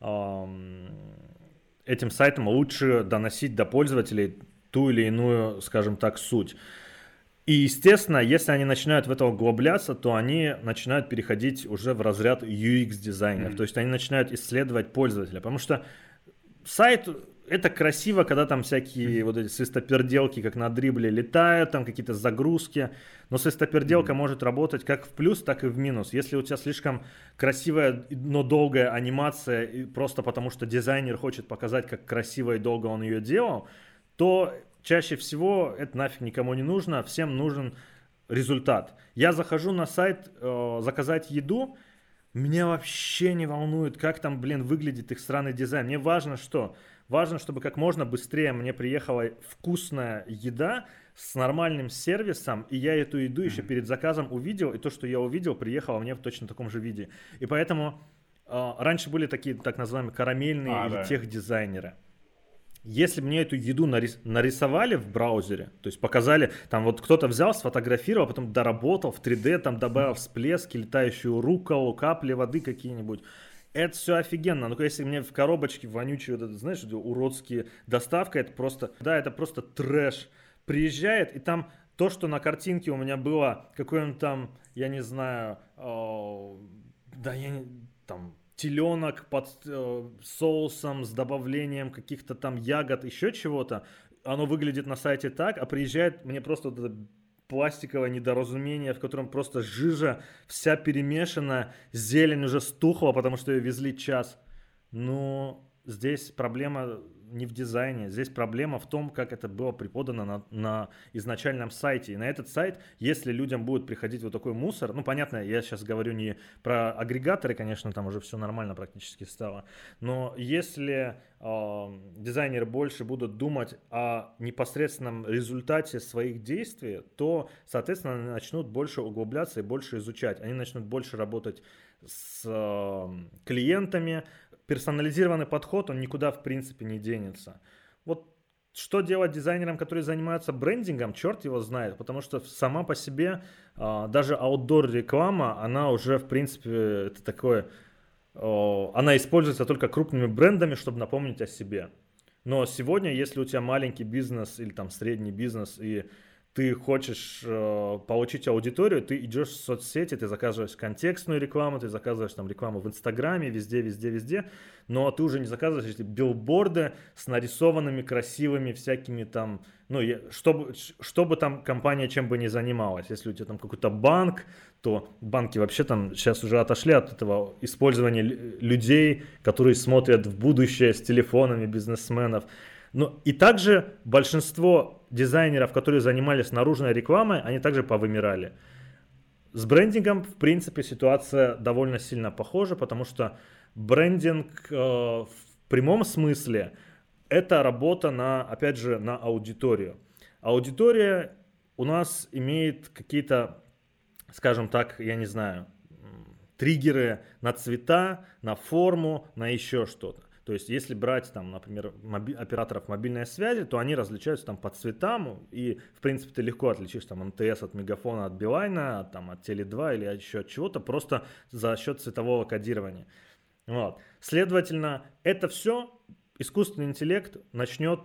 B: этим сайтам лучше доносить до пользователей ту или иную, скажем так, суть. И, естественно, если они начинают в это углубляться, то они начинают переходить уже в разряд UX-дизайнеров. То есть они начинают исследовать пользователя. Потому что сайт — это красиво, когда там всякие вот эти свистоперделки, как на дрибле, летают, там какие-то загрузки. Но свистоперделка может работать как в плюс, так и в минус. Если у тебя слишком красивая, но долгая анимация, и просто потому что дизайнер хочет показать, как красиво и долго он ее делал, то чаще всего это нафиг никому не нужно, всем нужен результат. Я захожу на сайт заказать еду, меня вообще не волнует, как там, выглядит их странный дизайн. Мне важно что? Важно, чтобы как можно быстрее мне приехала вкусная еда с нормальным сервисом, и я эту еду еще перед заказом увидел, и то, что я увидел, приехало мне в точно таком же виде. И поэтому раньше были такие так называемые карамельные или техдизайнеры. Если мне эту еду нарисовали в браузере, то есть показали, там вот кто-то взял, сфотографировал, потом доработал в 3D, там добавил всплески, летающую руколу, капли воды какие-нибудь. Это все офигенно. Но если мне в коробочке вонючие, вот это, знаешь, уродские доставка, это просто, да, это просто трэш. Приезжает, и там то, что на картинке у меня было, какой-нибудь там, я не знаю, там теленок под соусом с добавлением каких-то там ягод, еще чего-то, оно выглядит на сайте так, а приезжает мне просто вот это пластиковое недоразумение, в котором просто жижа вся перемешана, зелень уже стухла, потому что ее везли час. Но здесь проблема не в дизайне, здесь проблема в том, как это было преподано на изначальном сайте. И на этот сайт, если людям будет приходить вот такой мусор, ну понятно, я сейчас говорю не про агрегаторы, конечно, там уже все нормально практически стало, но если дизайнеры больше будут думать о непосредственном результате своих действий, то, соответственно, они начнут больше углубляться и больше изучать. Они начнут больше работать с клиентами. Персонализированный подход, он никуда в принципе не денется. Вот что делать дизайнерам, которые занимаются брендингом, черт его знает, потому что сама по себе даже аутдор реклама, она уже в принципе это такое, она используется только крупными брендами, чтобы напомнить о себе. Но сегодня, если у тебя маленький бизнес или там средний бизнес и ты хочешь получить аудиторию, ты идешь в соцсети, ты заказываешь контекстную рекламу, ты заказываешь там рекламу в Инстаграме, везде, но ты уже не заказываешь эти билборды с нарисованными красивыми всякими там, ну, чтобы там компания чем бы ни занималась. Если у тебя там какой-то банк, то банки вообще там сейчас уже отошли от этого использования людей, которые смотрят в будущее с телефонами бизнесменов. Ну, и также большинство дизайнеров, которые занимались наружной рекламой, они также повымирали. С брендингом, в принципе, ситуация довольно сильно похожа, потому что брендинг в прямом смысле это работа опять же, на аудиторию. Аудитория у нас имеет какие-то, скажем так, я не знаю, триггеры на цвета, на форму, на еще что-то. То есть, если брать, там, например, операторов мобильной связи, то они различаются там по цветам, и, в принципе, ты легко отличишь там МТС от Мегафона, от Билайна, там, от Теле2 или еще от чего-то, просто за счет цветового кодирования. Вот. Следовательно, это все искусственный интеллект начнет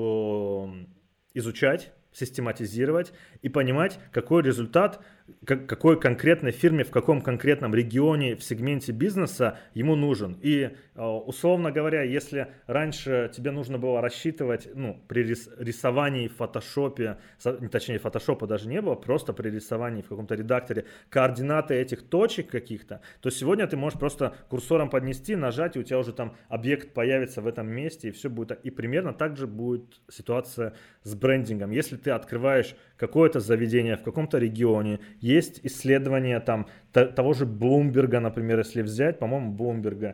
B: изучать, систематизировать и понимать, какой результат, какой конкретной фирме, в каком конкретном регионе, в сегменте бизнеса ему нужен. И, условно говоря, если раньше тебе нужно было рассчитывать, при рисовании в фотошопе, точнее фотошопа даже не было, просто при рисовании в каком-то редакторе координаты этих точек каких-то, то сегодня ты можешь просто курсором поднести, нажать, и у тебя уже там объект появится в этом месте, и все будет. И примерно так же будет ситуация с брендингом. Если ты открываешь какое-то заведение в каком-то регионе, есть исследования там того же Bloomberg, например, если взять, по-моему, Bloomberg,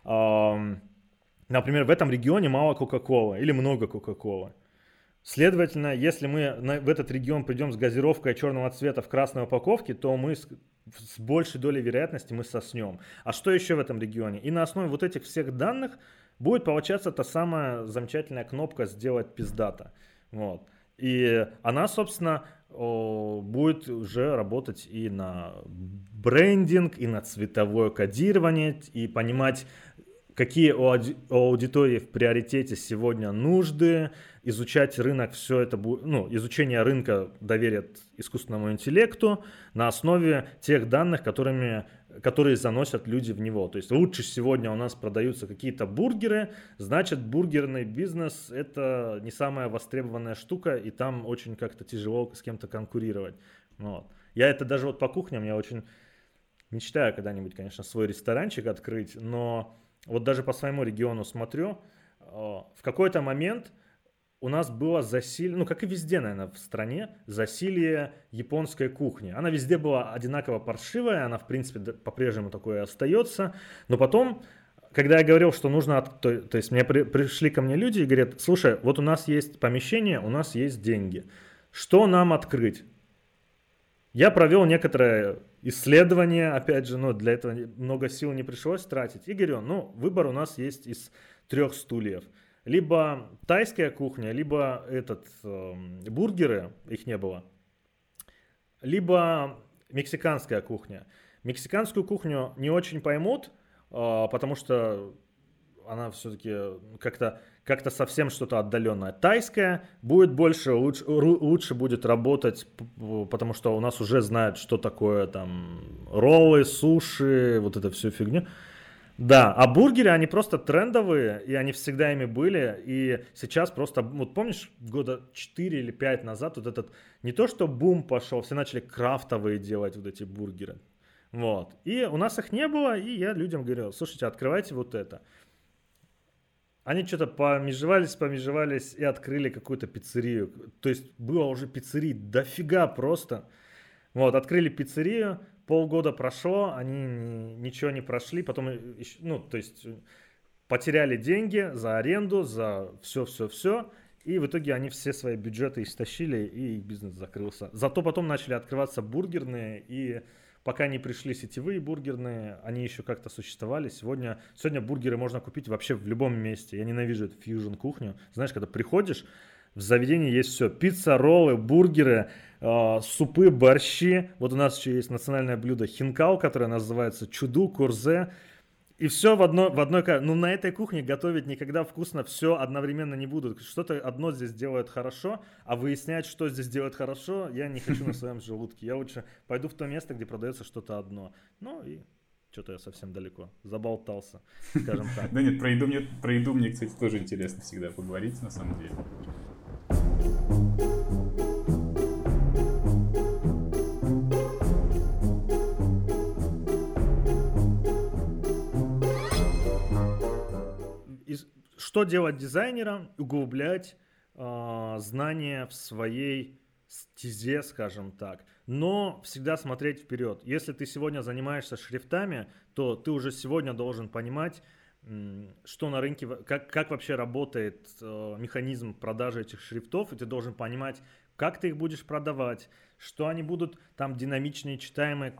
B: например, в этом регионе мало Кока-Колы или много Кока-Колы. Следовательно, если мы в этот регион придем с газировкой черного цвета в красной упаковке, то мы с большей долей вероятности мы соснем. А что еще в этом регионе? И на основе вот этих всех данных будет получаться та самая замечательная кнопка «Сделать пиздато». Вот. И она, собственно, будет уже работать и на брендинг, и на цветовое кодирование, и понимать, какие у аудитории в приоритете сегодня нужды, изучать рынок, все это будет, изучение рынка доверят искусственному интеллекту на основе тех данных, которые заносят люди в него. То есть лучше сегодня у нас продаются какие-то бургеры, значит бургерный бизнес это не самая востребованная штука, и там очень как-то тяжело с кем-то конкурировать. Вот. Я это даже вот по кухням, я очень мечтаю когда-нибудь, конечно, свой ресторанчик открыть, но вот даже по своему региону смотрю, в какой-то момент у нас было засилие, как и везде, наверное, в стране, засилие японской кухни. Она везде была одинаково паршивая, она, в принципе, по-прежнему такое и остается. Но потом, когда я говорил, что нужно... То есть пришли ко мне люди и говорят, слушай, вот у нас есть помещение, у нас есть деньги. Что нам открыть? Я провел некоторое исследование, опять же, для этого много сил не пришлось тратить. И говорю, выбор у нас есть из 3 стульев. Либо тайская кухня, либо бургеры, их не было, либо мексиканская кухня. Мексиканскую кухню не очень поймут, потому что она все-таки как-то совсем что-то отдаленное. Тайская будет лучше будет работать, потому что у нас уже знают, что такое там роллы, суши, вот это всю фигню. Да, а бургеры, они просто трендовые, и они всегда ими были, и сейчас просто, помнишь, года 4 или 5 назад вот этот, не то что бум пошел, все начали крафтовые делать вот эти бургеры, вот, и у нас их не было, и я людям говорю, слушайте, открывайте вот это. Они что-то помежевались и открыли какую-то пиццерию, то есть было уже пиццерий дофига просто, вот, открыли пиццерию. Полгода прошло, они ничего не прошли, потом, то есть потеряли деньги за аренду, за все, и в итоге они все свои бюджеты истощили, и бизнес закрылся. Зато потом начали открываться бургерные, и пока не пришли сетевые бургерные, они еще как-то существовали. Сегодня бургеры можно купить вообще в любом месте. Я ненавижу эту фьюжн-кухню. Знаешь, когда приходишь, в заведении есть все. Пицца, роллы, бургеры, супы, борщи. Вот у нас еще есть национальное блюдо хинкал, которое называется чуду, курзе. И все в одной... на этой кухне готовить никогда вкусно все одновременно не будут. Что-то одно здесь делают хорошо, а выяснять, что здесь делают хорошо, я не хочу на своем желудке. Я лучше пойду в то место, где продается что-то одно. И что-то я совсем далеко заболтался, скажем так.
A: Да нет, про еду мне, кстати, тоже интересно всегда поговорить, на самом деле.
B: Что делать дизайнерам? Углублять знания в своей стезе, скажем так, но всегда смотреть вперед. Если ты сегодня занимаешься шрифтами, то ты уже сегодня должен понимать, что на рынке, как вообще работает механизм продажи этих шрифтов, и ты должен понимать, как ты их будешь продавать, что они будут там динамичнее читаемые,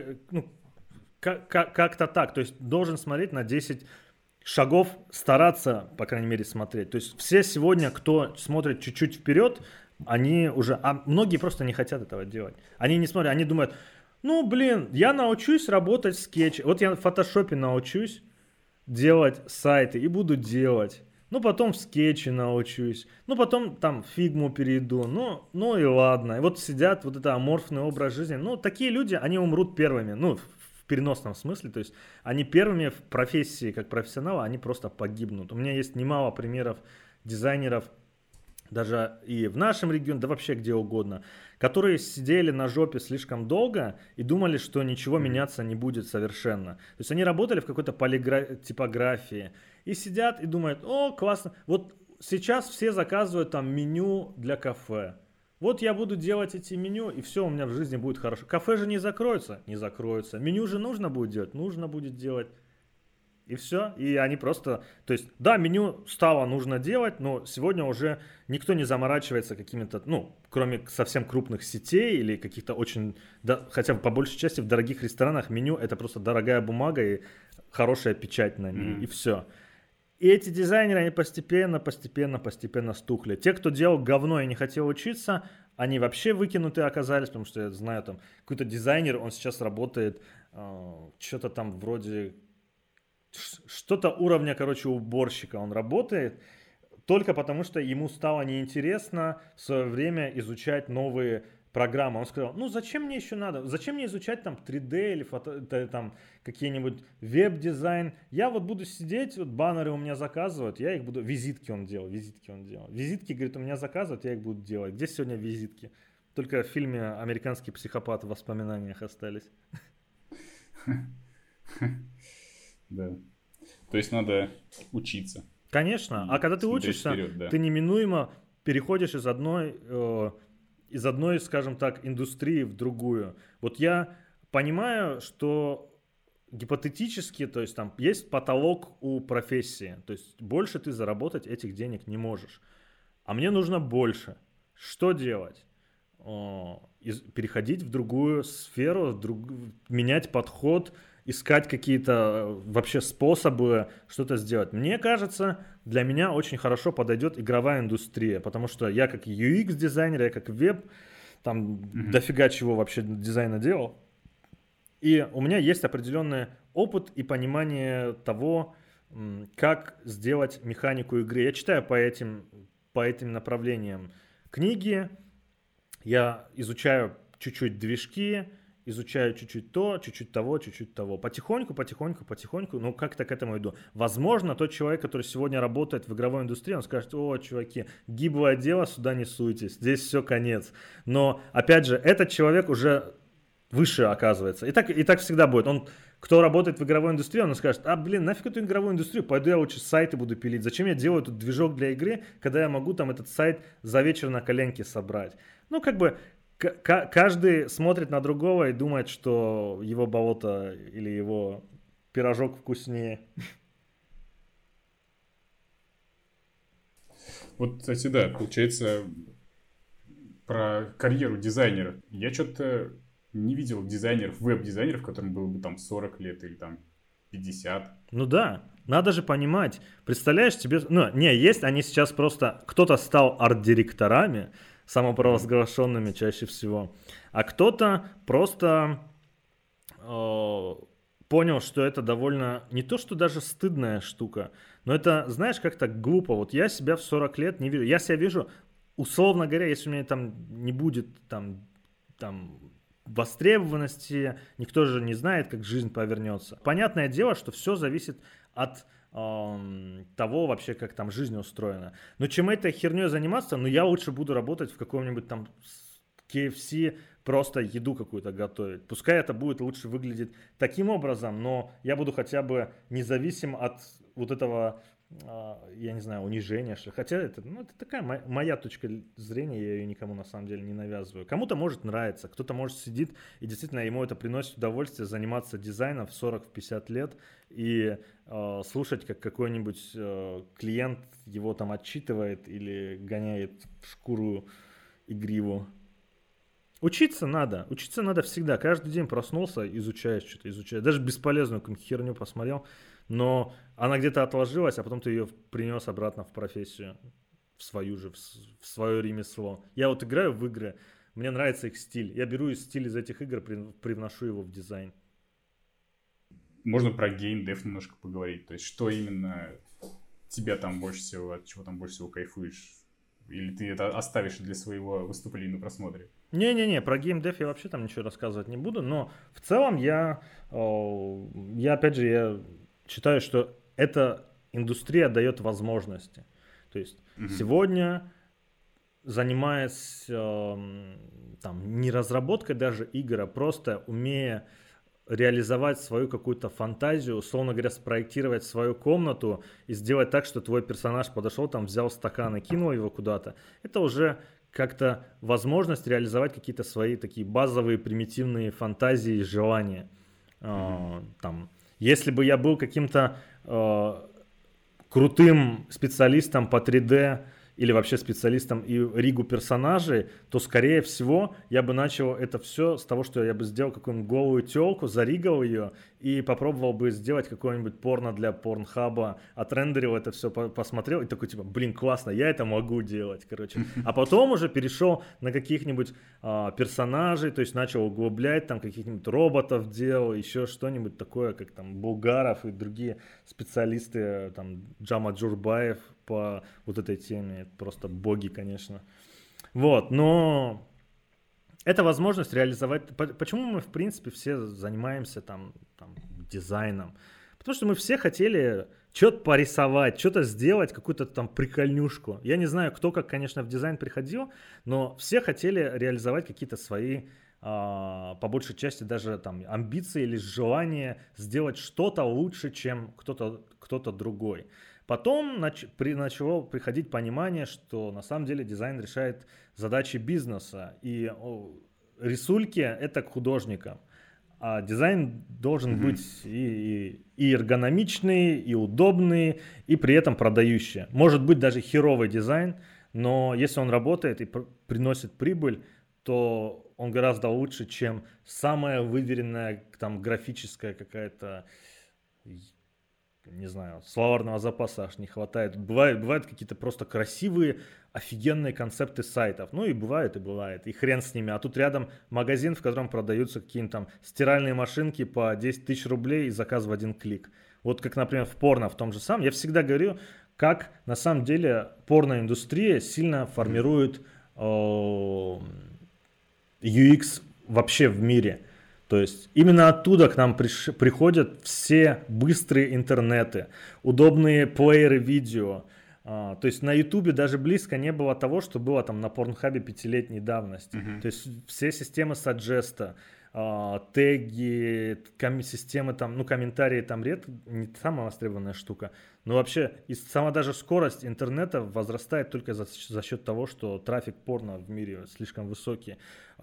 B: как-то так. То есть должен смотреть на 10 шагов, стараться, по крайней мере, смотреть. То есть все сегодня, кто смотрит чуть-чуть вперед, они уже, а многие просто не хотят этого делать. Они не смотрят, они думают, я научусь работать в скетче. Вот я в фотошопе научусь делать сайты и буду делать. Ну, потом в скетче научусь. Ну, потом там в фигму перейду. Ну и ладно. И вот сидят, вот это аморфный образ жизни. Ну, такие люди, они умрут первыми. Ну, в переносном смысле. То есть они первыми в профессии, как профессионалы, они просто погибнут. У меня есть немало примеров дизайнеров, даже и в нашем регионе, да вообще где угодно, которые сидели на жопе слишком долго и думали, что ничего меняться не будет совершенно. То есть они работали в какой-то типографии и сидят и думают, о, классно, вот сейчас все заказывают там меню для кафе. Вот я буду делать эти меню, и все у меня в жизни будет хорошо. Кафе же не закроется? Не закроется. Меню же нужно будет делать? Нужно будет делать. И все. И они просто... То есть, да, меню стало нужно делать, но сегодня уже никто не заморачивается какими-то, ну, кроме совсем крупных сетей или каких-то очень... Да, хотя бы по большей части в дорогих ресторанах меню это просто дорогая бумага и хорошая печать на ней. И все. И эти дизайнеры, они постепенно стухли. Те, кто делал говно и не хотел учиться, они вообще выкинуты оказались, потому что я знаю, там, какой-то дизайнер, он сейчас работает, что-то там вроде... Что-то уровня, короче, уборщика он работает, только потому что ему стало неинтересно в свое время изучать новые программы. Он сказал, ну зачем мне еще надо, зачем мне изучать там 3D или там какие-нибудь веб-дизайн, я вот буду сидеть, вот баннеры у меня заказывают, я их буду, визитки он делал. Визитки, говорит, у меня заказывают, я их буду делать. Где сегодня визитки? Только в фильме «Американский психопат» в воспоминаниях остались.
A: Да. То есть надо учиться.
B: Конечно. А когда ты учишься,
A: вперед, да.
B: ты неминуемо переходишь из одной, скажем так, индустрии в другую. Вот я понимаю, что гипотетически, то есть там есть потолок у профессии. То есть больше ты заработать этих денег не можешь. А мне нужно больше. Что делать? Переходить в другую сферу, менять подход, искать какие-то вообще способы что-то сделать. Мне кажется, для меня очень хорошо подойдет игровая индустрия, потому что я как UX-дизайнер, я как веб, там дофига чего вообще дизайна делал. И у меня есть определенный опыт и понимание того, как сделать механику игры. Я читаю по этим направлениям книги, я изучаю чуть-чуть движки, изучаю чуть-чуть то, чуть-чуть того, чуть-чуть того. Потихоньку, ну как-то к этому иду. Возможно, тот человек, который сегодня работает в игровой индустрии, он скажет, о, чуваки, гиблое дело, сюда не суйтесь, здесь все конец. Но, опять же, этот человек уже выше оказывается. И так всегда будет. Кто работает в игровой индустрии, он скажет, нафиг эту игровую индустрию, пойду я лучше сайты буду пилить. Зачем я делаю тут движок для игры, когда я могу там этот сайт за вечер на коленке собрать? Ну, как бы, каждый смотрит на другого и думает, что его болото или его пирожок вкуснее.
A: Вот, кстати, да, получается, про карьеру дизайнера. Я что-то не видел дизайнеров, веб-дизайнеров, которым было бы там 40 лет или там 50.
B: Ну да, надо же понимать. Представляешь, тебе... Ну, не, есть они сейчас просто... Кто-то стал арт-директорами, самопровозглашенными чаще всего, а кто-то просто понял, что это довольно... Не то, что даже стыдная штука, но это, знаешь, как-то глупо. Вот я себя в 40 лет не вижу. Я себя вижу, условно говоря, если у меня там не будет там востребованности, никто же не знает, как жизнь повернется. Понятное дело, что все зависит от того вообще, как там жизнь устроена. Но чем этой херней заниматься, я лучше буду работать в каком-нибудь там KFC, просто еду какую-то готовить. Пускай это будет лучше выглядеть таким образом, но я буду хотя бы независим от вот этого, я не знаю, унижения, что ли. Хотя это такая моя точка зрения, я ее никому на самом деле не навязываю. Кому-то может нравиться, кто-то может сидит и действительно ему это приносит удовольствие заниматься дизайном в 40-50 лет и слушать, как какой-нибудь клиент его там отчитывает или гоняет в шкуру игриву. Учиться надо всегда. Каждый день проснулся, изучаешь что-то, изучаешь. Даже бесполезную какую-нибудь херню посмотрел, но она где-то отложилась, а потом ты ее принес обратно в профессию, в свое ремесло. Я вот играю в игры, мне нравится их стиль. Я беру стиль из этих игр, привношу его в дизайн.
A: Можно про геймдев немножко поговорить. То есть, что именно тебя там больше всего, от чего там больше всего кайфуешь? Или ты это оставишь для своего выступления на просмотре?
B: Не-не-не, про геймдев я вообще там ничего рассказывать не буду, но в целом я опять же, я считаю, что эта индустрия дает возможности. То есть сегодня, занимаясь там, не разработкой даже игр, а просто умея реализовать свою какую-то фантазию, условно говоря, спроектировать свою комнату и сделать так, что твой персонаж подошел, там, взял стакан и кинул его куда-то, это уже как-то возможность реализовать какие-то свои такие базовые примитивные фантазии и желания. Там, если бы я был каким-то крутым специалистом по 3D или вообще специалистом и ригу персонажей, то, скорее всего, я бы начал это все с того, что я бы сделал какую-нибудь голую телку, заригал ее и попробовал бы сделать какое-нибудь порно для порнхаба, отрендерил это все, посмотрел и такой, типа, блин, классно, я это могу делать, короче. А потом уже перешел на каких-нибудь персонажей, то есть начал углублять, там, каких-нибудь роботов делал, еще что-нибудь такое, как там Булгаров и другие специалисты, там, Джама Джурбаев, по вот этой теме, просто боги, конечно. Вот, но это возможность реализовать. Почему мы, в принципе, все занимаемся там дизайном? Потому что мы все хотели что-то порисовать, что-то сделать, какую-то там прикольнюшку. Я не знаю, кто как, конечно, в дизайн приходил, но все хотели реализовать какие-то свои, по большей части, даже там амбиции или желание сделать что-то лучше, чем кто-то другой. Потом начало приходить понимание, что на самом деле дизайн решает задачи бизнеса. И рисунки — это к художникам. А дизайн должен быть и эргономичный, и удобный, и при этом продающий. Может быть даже херовый дизайн, но если он работает и приносит прибыль, то он гораздо лучше, чем самая выверенная там графическая какая-то, не знаю, словарного запаса аж не хватает. Бывают какие-то просто красивые, офигенные концепты сайтов. Ну и бывает, и хрен с ними. А тут рядом магазин, в котором продаются какие-то там стиральные машинки по 10 тысяч рублей и заказ в один клик. Вот как, например, в порно в том же самом. Я всегда говорю, как на самом деле порноиндустрия сильно формирует UX вообще в мире. То есть именно оттуда к нам приходят все быстрые интернеты, удобные плееры видео. То есть на Ютубе даже близко не было того, что было там на Порнхабе 5-летней давности. То есть все системы саджеста, теги, системы там, ну комментарии там не самая востребованная штука. Но вообще сама даже скорость интернета возрастает только за счет того, что трафик порно в мире слишком высокий.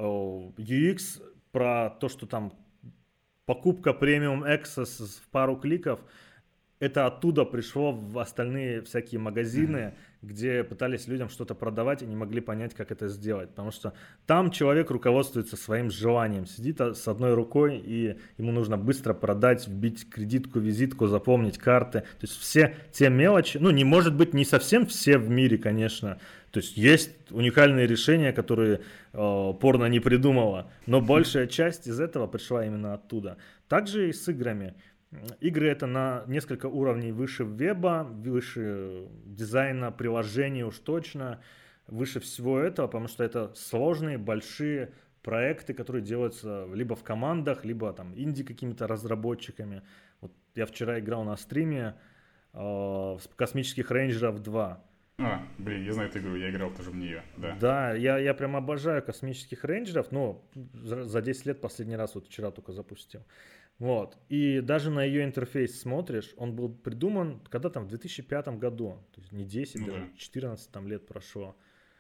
B: UX про то, что там покупка Premium Access в пару кликов, это оттуда пришло в остальные всякие магазины, где пытались людям что-то продавать и не могли понять, как это сделать. Потому что там человек руководствуется своим желанием. Сидит с одной рукой, и ему нужно быстро продать, вбить кредитку, визитку, запомнить карты. То есть все те мелочи, ну не может быть не совсем все в мире, конечно. То есть уникальные решения, которые порно не придумала. Но большая часть из этого пришла именно оттуда. Также и с играми. Игры — это на несколько уровней выше веба, выше дизайна приложений уж точно, выше всего этого, потому что это сложные, большие проекты, которые делаются либо в командах, либо там инди какими-то разработчиками. Вот я вчера играл на стриме в «Космических рейнджеров 2».
A: Блин, я знаю эту игру, я играл тоже в нее, да.
B: Да, я прям обожаю «Космических рейнджеров», но за 10 лет последний раз вот вчера только запустил. Вот. И даже на ее интерфейс смотришь, он был придуман когда там в 2005 году, то есть не 10, даже 14 там, лет прошло.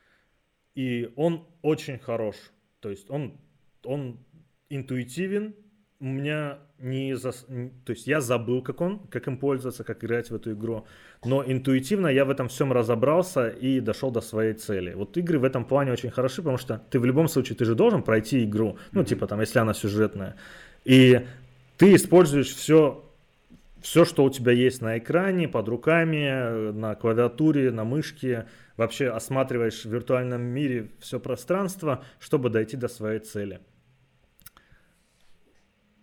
B: И он очень хорош, то есть он интуитивен. У меня то есть я забыл, как им пользоваться, как играть в эту игру, но интуитивно я в этом всем разобрался и дошел до своей цели. Вот игры в этом плане очень хороши, потому что ты в любом случае, ты же должен пройти игру, ну типа там, если она сюжетная, и ты используешь все, что у тебя есть на экране, под руками, на клавиатуре, на мышке. Вообще осматриваешь в виртуальном мире все пространство, чтобы дойти до своей цели.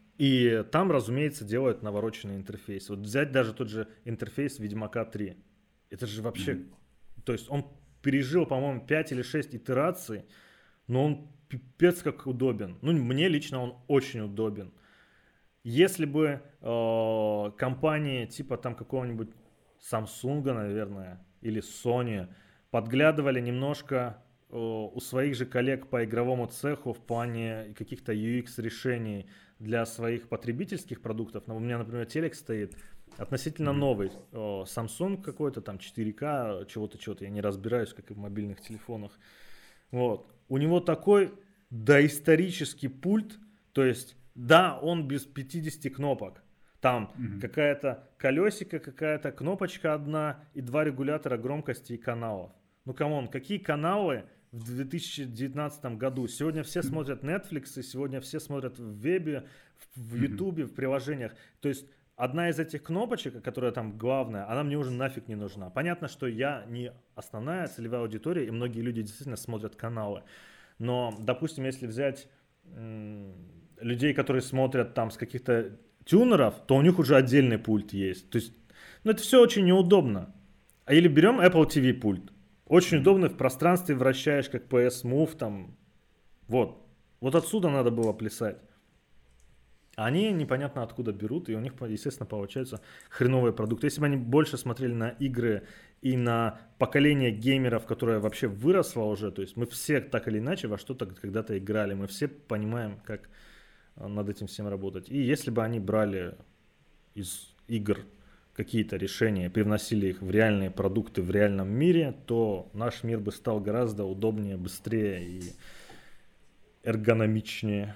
B: И там, разумеется, делают навороченный интерфейс. Вот взять даже тот же интерфейс Ведьмака 3. Это же вообще... То есть он пережил, по-моему, 5 или 6 итераций, но он пипец как удобен. Ну, мне лично он очень удобен. Если бы компании типа там какого-нибудь Samsung, наверное, или Sony подглядывали немножко у своих же коллег по игровому цеху в плане каких-то UX решений для своих потребительских продуктов. У меня, например, телек стоит относительно новый. Samsung какой-то там 4К, чего-то. Я не разбираюсь, как и в мобильных телефонах. Вот. У него такой доисторический пульт, то есть, да, он без 50 кнопок. Там какая-то колесико, какая-то кнопочка одна и 2 регулятора громкости и каналов. Ну, камон, какие каналы в 2019 году? Сегодня все смотрят Netflix, и сегодня все смотрят в вебе, в Ютубе, в приложениях. То есть одна из этих кнопочек, которая там главная, она мне уже нафиг не нужна. Понятно, что я не основная целевая аудитория, и многие люди действительно смотрят каналы. Но, допустим, если взять людей, которые смотрят там с каких-то тюнеров, то у них уже отдельный пульт есть. То есть, ну, это все очень неудобно. Или берем Apple TV пульт. Очень удобно, в пространстве вращаешь, как PS Move, там. Вот отсюда надо было плясать. А они непонятно откуда берут, и у них, естественно, получаются хреновые продукты. Если бы они больше смотрели на игры и на поколение геймеров, которое вообще выросло уже, то есть мы все так или иначе во что-то когда-то играли, мы все понимаем, как над этим всем работать. И если бы они брали из игр какие-то решения, привносили их в реальные продукты в реальном мире, то наш мир бы стал гораздо удобнее, быстрее и эргономичнее.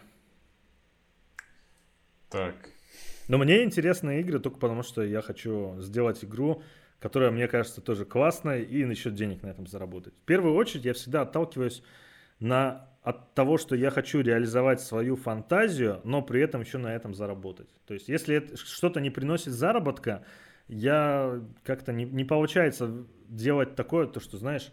A: Так.
B: Но мне интересны игры только потому, что я хочу сделать игру, которая, мне кажется, тоже классная и еще денег на этом заработать. В первую очередь я всегда отталкиваюсь от того, что я хочу реализовать свою фантазию, но при этом еще на этом заработать. То есть если что-то не приносит заработка, я как-то не получается делать такое, то что, знаешь,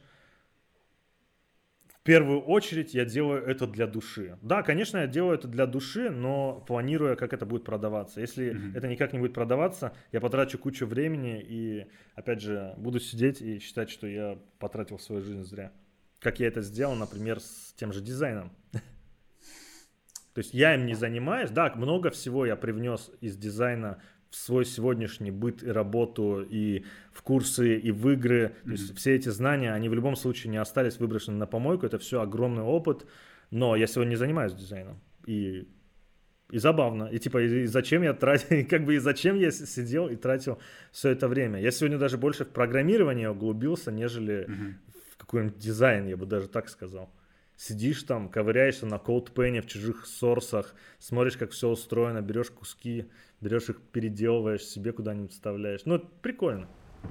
B: в первую очередь я делаю это для души. Да, конечно, я делаю это для души, но планируя, как это будет продаваться. Если это никак не будет продаваться, я потрачу кучу времени и, опять же, буду сидеть и считать, что я потратил свою жизнь зря. Как я это сделал, например, с тем же дизайном. То есть я им не занимаюсь. Да, много всего я привнес из дизайна в свой сегодняшний быт и работу, и в курсы, и в игры. То есть все эти знания, они в любом случае не остались выброшены на помойку. Это все огромный опыт. Но я сегодня не занимаюсь дизайном. И забавно. И типа, и зачем я тратил, как бы и зачем я сидел и тратил все это время. Я сегодня даже больше в программирование углубился, нежели в какой-нибудь дизайн, я бы даже так сказал. Сидишь там, ковыряешься на CodePen в чужих сорсах, смотришь, как все устроено, берешь куски, берешь их, переделываешь, себе куда-нибудь вставляешь. Ну, это прикольно.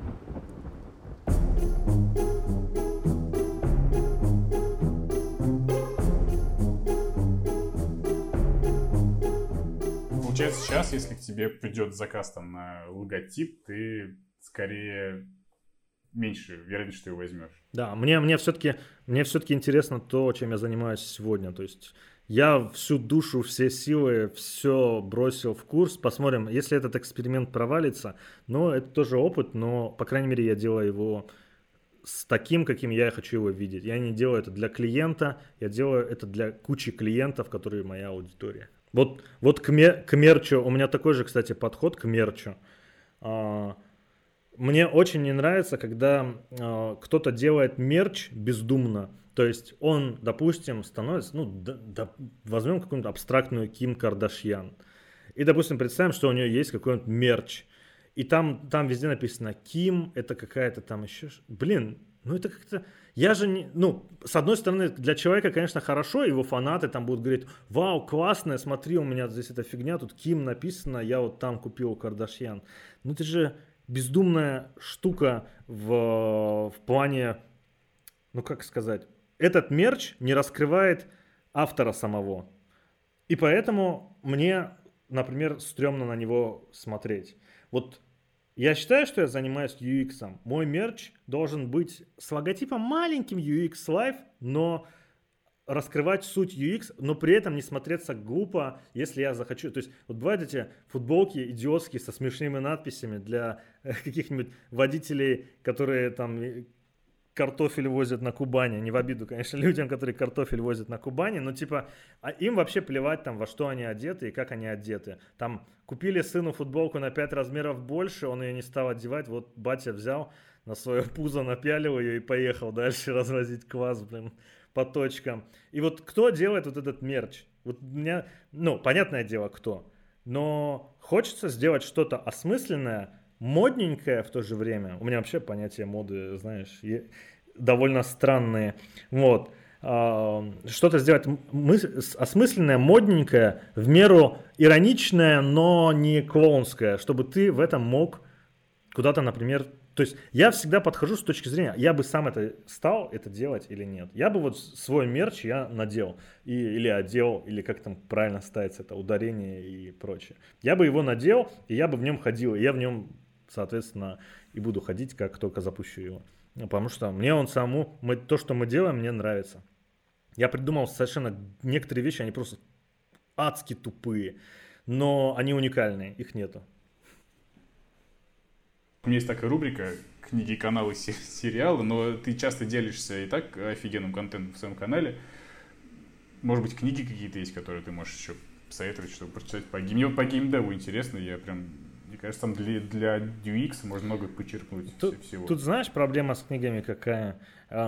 A: Получается, сейчас, если к тебе придет заказ там на логотип, ты скорее меньше вероятность, что его возьмешь.
B: Да, мне все-таки интересно то, чем я занимаюсь сегодня. То есть я всю душу, все силы, все бросил в курс. Посмотрим, если этот эксперимент провалится. Но это тоже опыт, но, по крайней мере, я делаю его с таким, каким я хочу его видеть. Я не делаю это для клиента, я делаю это для кучи клиентов, которые моя аудитория. Вот к мерчу, у меня такой же, кстати, подход к мерчу. Мне очень не нравится, когда кто-то делает мерч бездумно. То есть он, допустим, становится, возьмем какую-нибудь абстрактную Ким Кардашьян. И, допустим, представим, что у нее есть какой-нибудь мерч. И там везде написано Ким, это какая-то там еще... Блин, это как-то... Я же не... с одной стороны, для человека, конечно, хорошо, его фанаты там будут говорить: вау, классная, смотри, у меня здесь эта фигня, тут Ким написано, я вот там купил у Кардашьян. Это же бездумная штука в плане, как сказать, этот мерч не раскрывает автора самого. И поэтому мне, например, стрёмно на него смотреть. Я считаю, что я занимаюсь UX. Мой мерч должен быть с логотипом маленьким UX Live, но раскрывать суть UX, но при этом не смотреться глупо, если я захочу. То есть вот бывают эти футболки идиотские со смешными надписями для каких-нибудь водителей, которые там картофель возят на Кубани. Не в обиду, конечно, людям, которые картофель возят на Кубани, но типа им вообще плевать там, во что они одеты и как они одеты. Там купили сыну футболку на 5 размеров больше, он ее не стал одевать, вот батя взял, на свое пузо напялил ее и поехал дальше развозить квас, блин, по точкам. И вот кто делает вот этот мерч? Вот у меня, понятное дело, кто. Но хочется сделать что-то осмысленное, модненькое в то же время. У меня вообще понятие моды, знаешь, довольно странные. Вот. Что-то сделать осмысленное, модненькое, в меру ироничное, но не клоунское, чтобы ты в этом мог куда-то, например... То есть я всегда подхожу с точки зрения, я бы сам стал это делать или нет. Я бы вот свой мерч я надел, или одел, или как там правильно ставится это ударение и прочее. Я бы его надел, и я бы в нем ходил, и я в нем, соответственно, и буду ходить, как только запущу его. Потому что мне он самому, то, что мы делаем, мне нравится. Я придумал совершенно некоторые вещи, они просто адски тупые, но они уникальные, их нету.
A: У меня есть такая рубрика «Книги, каналы, сериалы», но ты часто делишься и так офигенным контентом в своем канале. Может быть, книги какие-то есть, которые ты можешь еще посоветовать, чтобы прочитать по геймдеву интересно. Мне кажется, там для UX можно много почерпнуть всего.
B: Тут знаешь, проблема с книгами какая?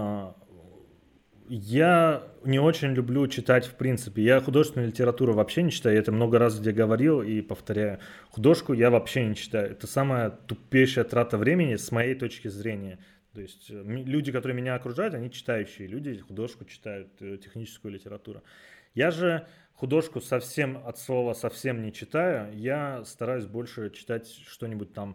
B: Я не очень люблю читать в принципе. Я художественную литературу вообще не читаю. Я это много раз где говорил и повторяю. Художку я вообще не читаю. Это самая тупейшая трата времени с моей точки зрения. То есть люди, которые меня окружают, они читающие. Люди художку читают, техническую литературу. Я же художку совсем от слова совсем не читаю. Я стараюсь больше читать что-нибудь там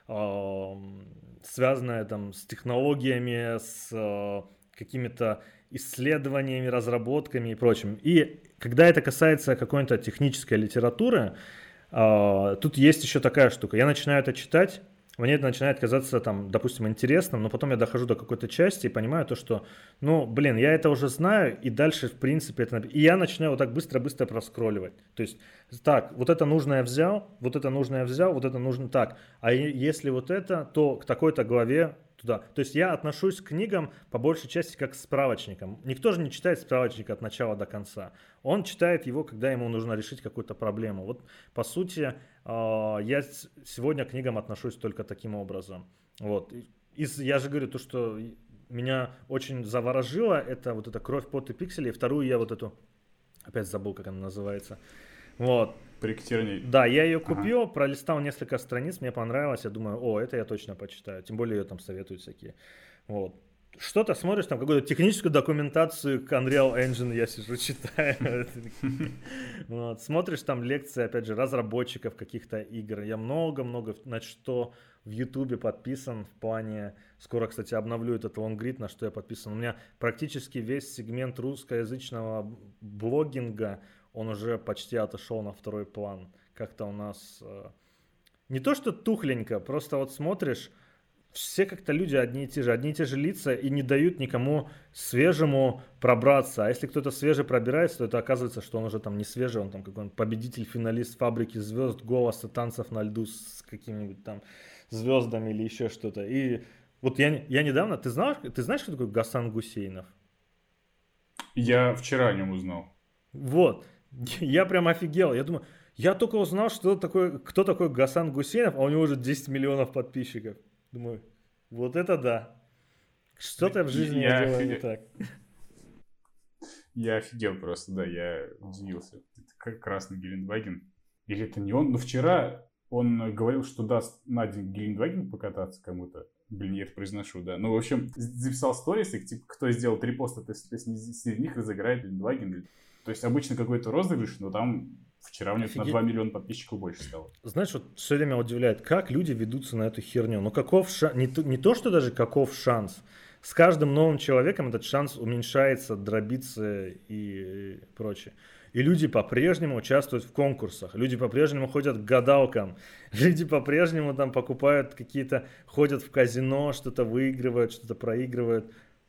B: связанное там с технологиями, с какими-то исследованиями, разработками и прочим. И когда это касается какой-то технической литературы, тут есть еще такая штука. Я начинаю это читать, мне это начинает казаться, там, допустим, интересным, но потом я дохожу до какой-то части и понимаю то, что, я это уже знаю, и дальше, в принципе, и я начинаю вот так быстро-быстро проскролливать. То есть, так, вот это нужное взял, вот это нужное взял, вот это нужно так. А если вот это, то к такой-то главе туда. То есть я отношусь к книгам по большей части как к справочникам. Никто же не читает справочник от начала до конца. Он читает его, когда ему нужно решить какую-то проблему. Вот по сути я сегодня к книгам отношусь только таким образом. Вот. Я же говорю, то, что меня очень заворожило, это вот эта «Кровь, пот и пиксели». И вторую я вот эту, опять забыл, как она называется. Вот.
A: Приктерней.
B: Да, я ее купил, пролистал несколько страниц, мне понравилось, я думаю, это я точно почитаю, тем более ее там советуют всякие. Вот. Что-то смотришь, там какую-то техническую документацию к Unreal Engine я сижу, читаю. Вот. Смотришь там лекции, опять же, разработчиков каких-то игр. Я много-много на что в Ютубе подписан в плане... Скоро, кстати, обновлю этот лонгрид, на что я подписан. У меня практически весь сегмент русскоязычного блогинга, он уже почти отошел на второй план. Как-то у нас... Не то, что тухленько, просто вот смотришь, все как-то люди одни и те же лица и не дают никому свежему пробраться. А если кто-то свежий пробирается, то это оказывается, что он уже там не свежий, он там какой-нибудь победитель, финалист «Фабрики звезд», «Голоса», «Танцев на льду» с какими-нибудь там звездами или еще что-то. И вот я недавно... Ты знаешь, кто такой Гасан Гусейнов?
A: Я вчера о нем узнал.
B: Вот. Я прям офигел. Я думаю, я только узнал, кто такой Гасан Гусейнов, а у него уже 10 миллионов подписчиков. Думаю, вот это да. Что-то в жизни я делаю не так.
A: Я офигел просто, да, я удивился. Это как красный Гелендваген. Или это не он? Но вчера он говорил, что даст на день Гелендваген покататься кому-то. Блин, я это произношу, да. Ну, в общем, записал сторис, и типа, кто сделал 3 поста, то есть среди них разыграет Гелендваген. То есть обычно какой-то розыгрыш, но там вчера у него на 2 миллиона подписчиков больше стало.
B: Знаешь, вот все время удивляет, как люди ведутся на эту херню. Ну каков шанс, не то, что даже каков шанс. С каждым новым человеком этот шанс уменьшается, дробится и прочее. И люди по-прежнему участвуют в конкурсах, люди по-прежнему ходят к гадалкам, люди по-прежнему там покупают ходят в казино, что-то выигрывают, что-то проигрывают.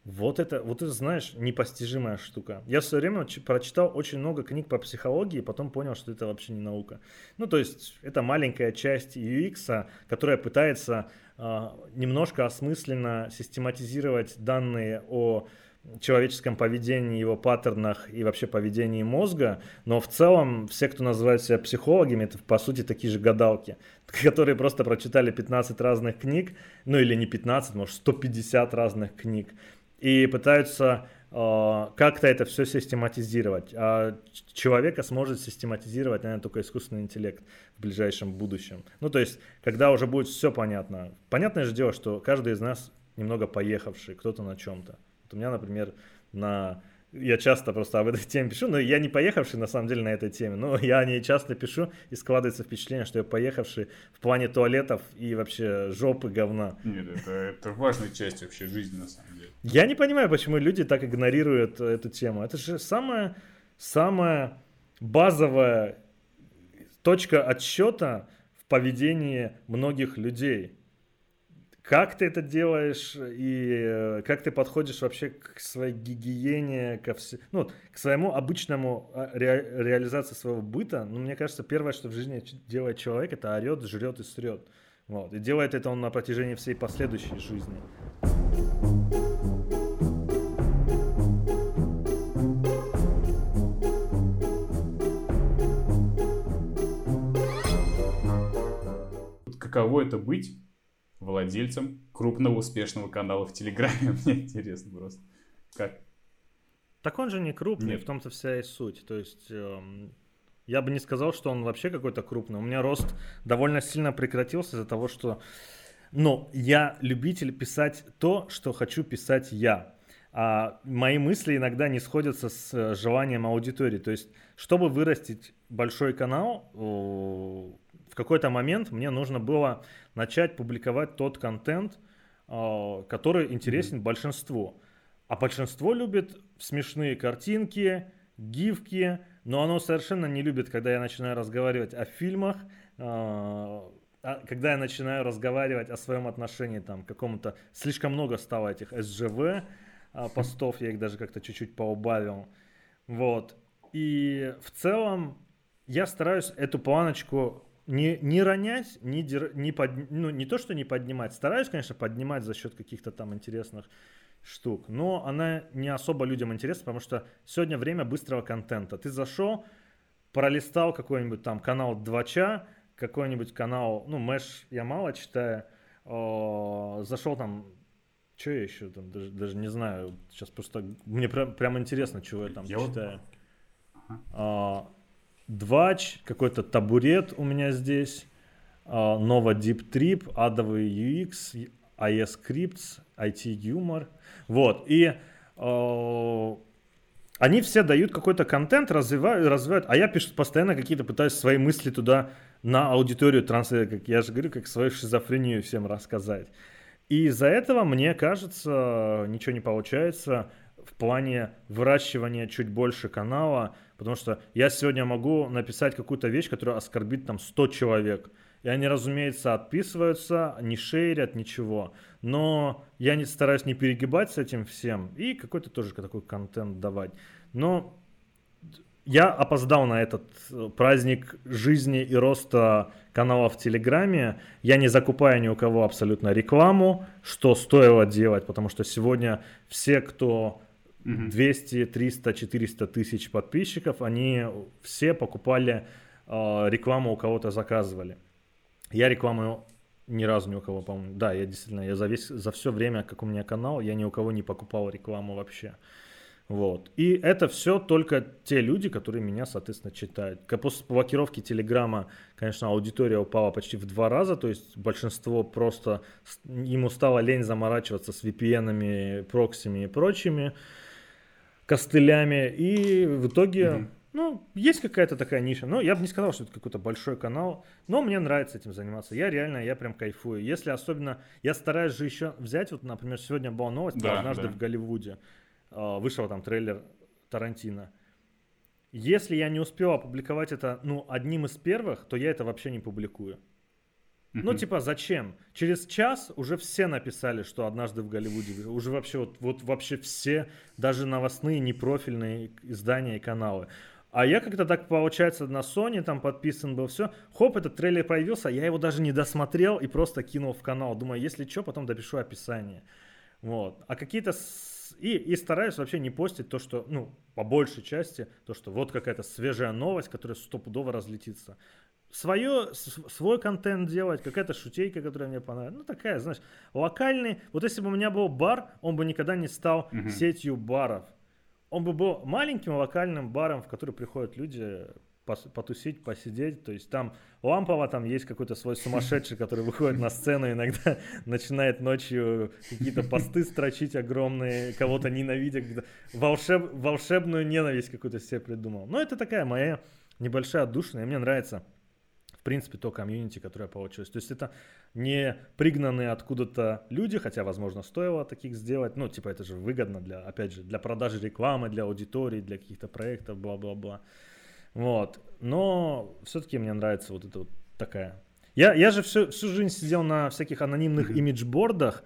B: Вот это, знаешь, непостижимая штука. Я в свое время прочитал очень много книг по психологии, и потом понял, что это вообще не наука. Ну, то есть, это маленькая часть UX, которая пытается немножко осмысленно систематизировать данные о человеческом поведении, его паттернах и вообще поведении мозга, но в целом все, кто называют себя психологами, это по сути такие же гадалки, которые просто прочитали 15 разных книг, ну или не 15, может 150 разных книг, и пытаются как-то это все систематизировать. А человека сможет систематизировать, наверное, только искусственный интеллект в ближайшем будущем. Ну, то есть, когда уже будет все понятно. Понятное же дело, что каждый из нас немного поехавший, кто-то на чем-то. Вот у меня, например, я часто просто об этой теме пишу, но я не поехавший на самом деле на этой теме, но я о ней часто пишу, и складывается впечатление, что я поехавший в плане туалетов и вообще жопы говна.
A: Нет, это важная часть вообще жизни на самом деле.
B: Я не понимаю, почему люди так игнорируют эту тему. Это же самая базовая точка отсчета в поведении многих людей. Как ты это делаешь и как ты подходишь вообще к своей гигиене, к своему обычному реализации своего быта? Ну, мне кажется, первое, что в жизни делает человек, это орет, жрет и срет. Вот. И делает это он на протяжении всей последующей жизни.
A: Каково это быть владельцем крупного успешного канала в Телеграме? Мне интересно просто. Как?
B: Так он же не крупный,
A: Нет.
B: в том-то вся и суть. То есть я бы не сказал, что он вообще какой-то крупный. У меня рост довольно сильно прекратился из-за того, что я любитель писать то, что хочу писать я. А мои мысли иногда не сходятся с желанием аудитории. То есть, чтобы вырастить большой канал, в какой-то момент мне нужно было начать публиковать тот контент, который интересен большинству. А большинство любит смешные картинки, гифки, но оно совершенно не любит, когда я начинаю разговаривать о фильмах, когда я начинаю разговаривать о своем отношении там, к какому-то... Слишком много стало этих СЖВ постов, я их даже как-то чуть-чуть поубавил. Вот. И в целом я стараюсь эту планочку не ронять, не то, что не поднимать. Стараюсь, конечно, поднимать за счет каких-то там интересных штук, но она не особо людям интересна, потому что сегодня время быстрого контента. Ты зашел, пролистал какой-нибудь там канал Двача, какой-нибудь канал, Мэш я мало читаю, зашел там, что я еще там, даже не знаю, сейчас просто, мне прям интересно, чего я там читаю. Двач, какой-то табурет у меня здесь, Nova Deep Trip, адовый UX, IS Scripts, IT Humor. Вот, и они все дают какой-то контент, развивают, а я постоянно какие-то пытаюсь свои мысли туда на аудиторию транслировать, как я же говорю, как свою шизофрению всем рассказать. И из-за этого, мне кажется, ничего не получается в плане выращивания чуть больше канала, потому что я сегодня могу написать какую-то вещь, которая оскорбит там 100 человек. И они, разумеется, отписываются, не шерят, ничего. Но я стараюсь не перегибать с этим всем и какой-то тоже такой контент давать. Но я опоздал на этот праздник жизни и роста канала в Телеграме. Я не закупаю ни у кого абсолютно рекламу, что стоило делать, потому что сегодня все, кто 200, 300, 400 тысяч подписчиков, они все покупали рекламу, у кого-то заказывали. Я рекламу ни разу ни у кого, по-моему. Да, я за все время, как у меня канал, я ни у кого не покупал рекламу вообще. Вот. И это все только те люди, которые меня, соответственно, читают. После блокировки Телеграма, конечно, аудитория упала почти в 2 раза, то есть большинство просто, ему стало лень заморачиваться с VPN-ами, проксими и прочими костылями, и в итоге... есть какая-то такая ниша. Но я бы не сказал, что это какой-то большой канал. Но мне нравится этим заниматься. Я прям кайфую. Если особенно... Я стараюсь же еще взять, вот, например, сегодня была новость, однажды в Голливуде. Вышел там трейлер Тарантино. Если я не успел опубликовать это, одним из первых, то я это вообще не публикую. Ну, типа, зачем? Через час уже все написали, что однажды в Голливуде. Уже вообще, вот вообще все, даже новостные, непрофильные издания и каналы. А я как-то так, получается, на Sony там подписан был, все. Хоп, этот трейлер появился, я его даже не досмотрел и просто кинул в канал. Думаю, если что, потом допишу описание. Вот. А какие-то... И стараюсь вообще не постить то, что, ну, по большей части, то, что вот какая-то свежая новость, которая стопудово разлетится. Свой контент делать, какая-то шутейка, которая мне понравилась. Ну, такая, знаешь, локальный. Вот если бы у меня был бар, он бы никогда не стал сетью баров. Он бы был маленьким локальным баром, в который приходят люди потусить, посидеть. То есть там лампово, там есть какой-то свой сумасшедший, который выходит на сцену, иногда начинает ночью какие-то посты строчить огромные, кого-то ненавидя, волшебную ненависть какую-то себе придумал. Но это такая моя небольшая отдушина, и мне нравится, в принципе, то комьюнити, которое получилось. То есть это не пригнанные откуда-то люди, хотя, возможно, стоило таких сделать. Ну, типа, это же выгодно для, опять же, для продажи рекламы, для аудитории, для каких-то проектов, бла-бла-бла. Вот. Но все-таки мне нравится вот эта вот такая. Я же всю жизнь сидел на всяких анонимных имиджбордах,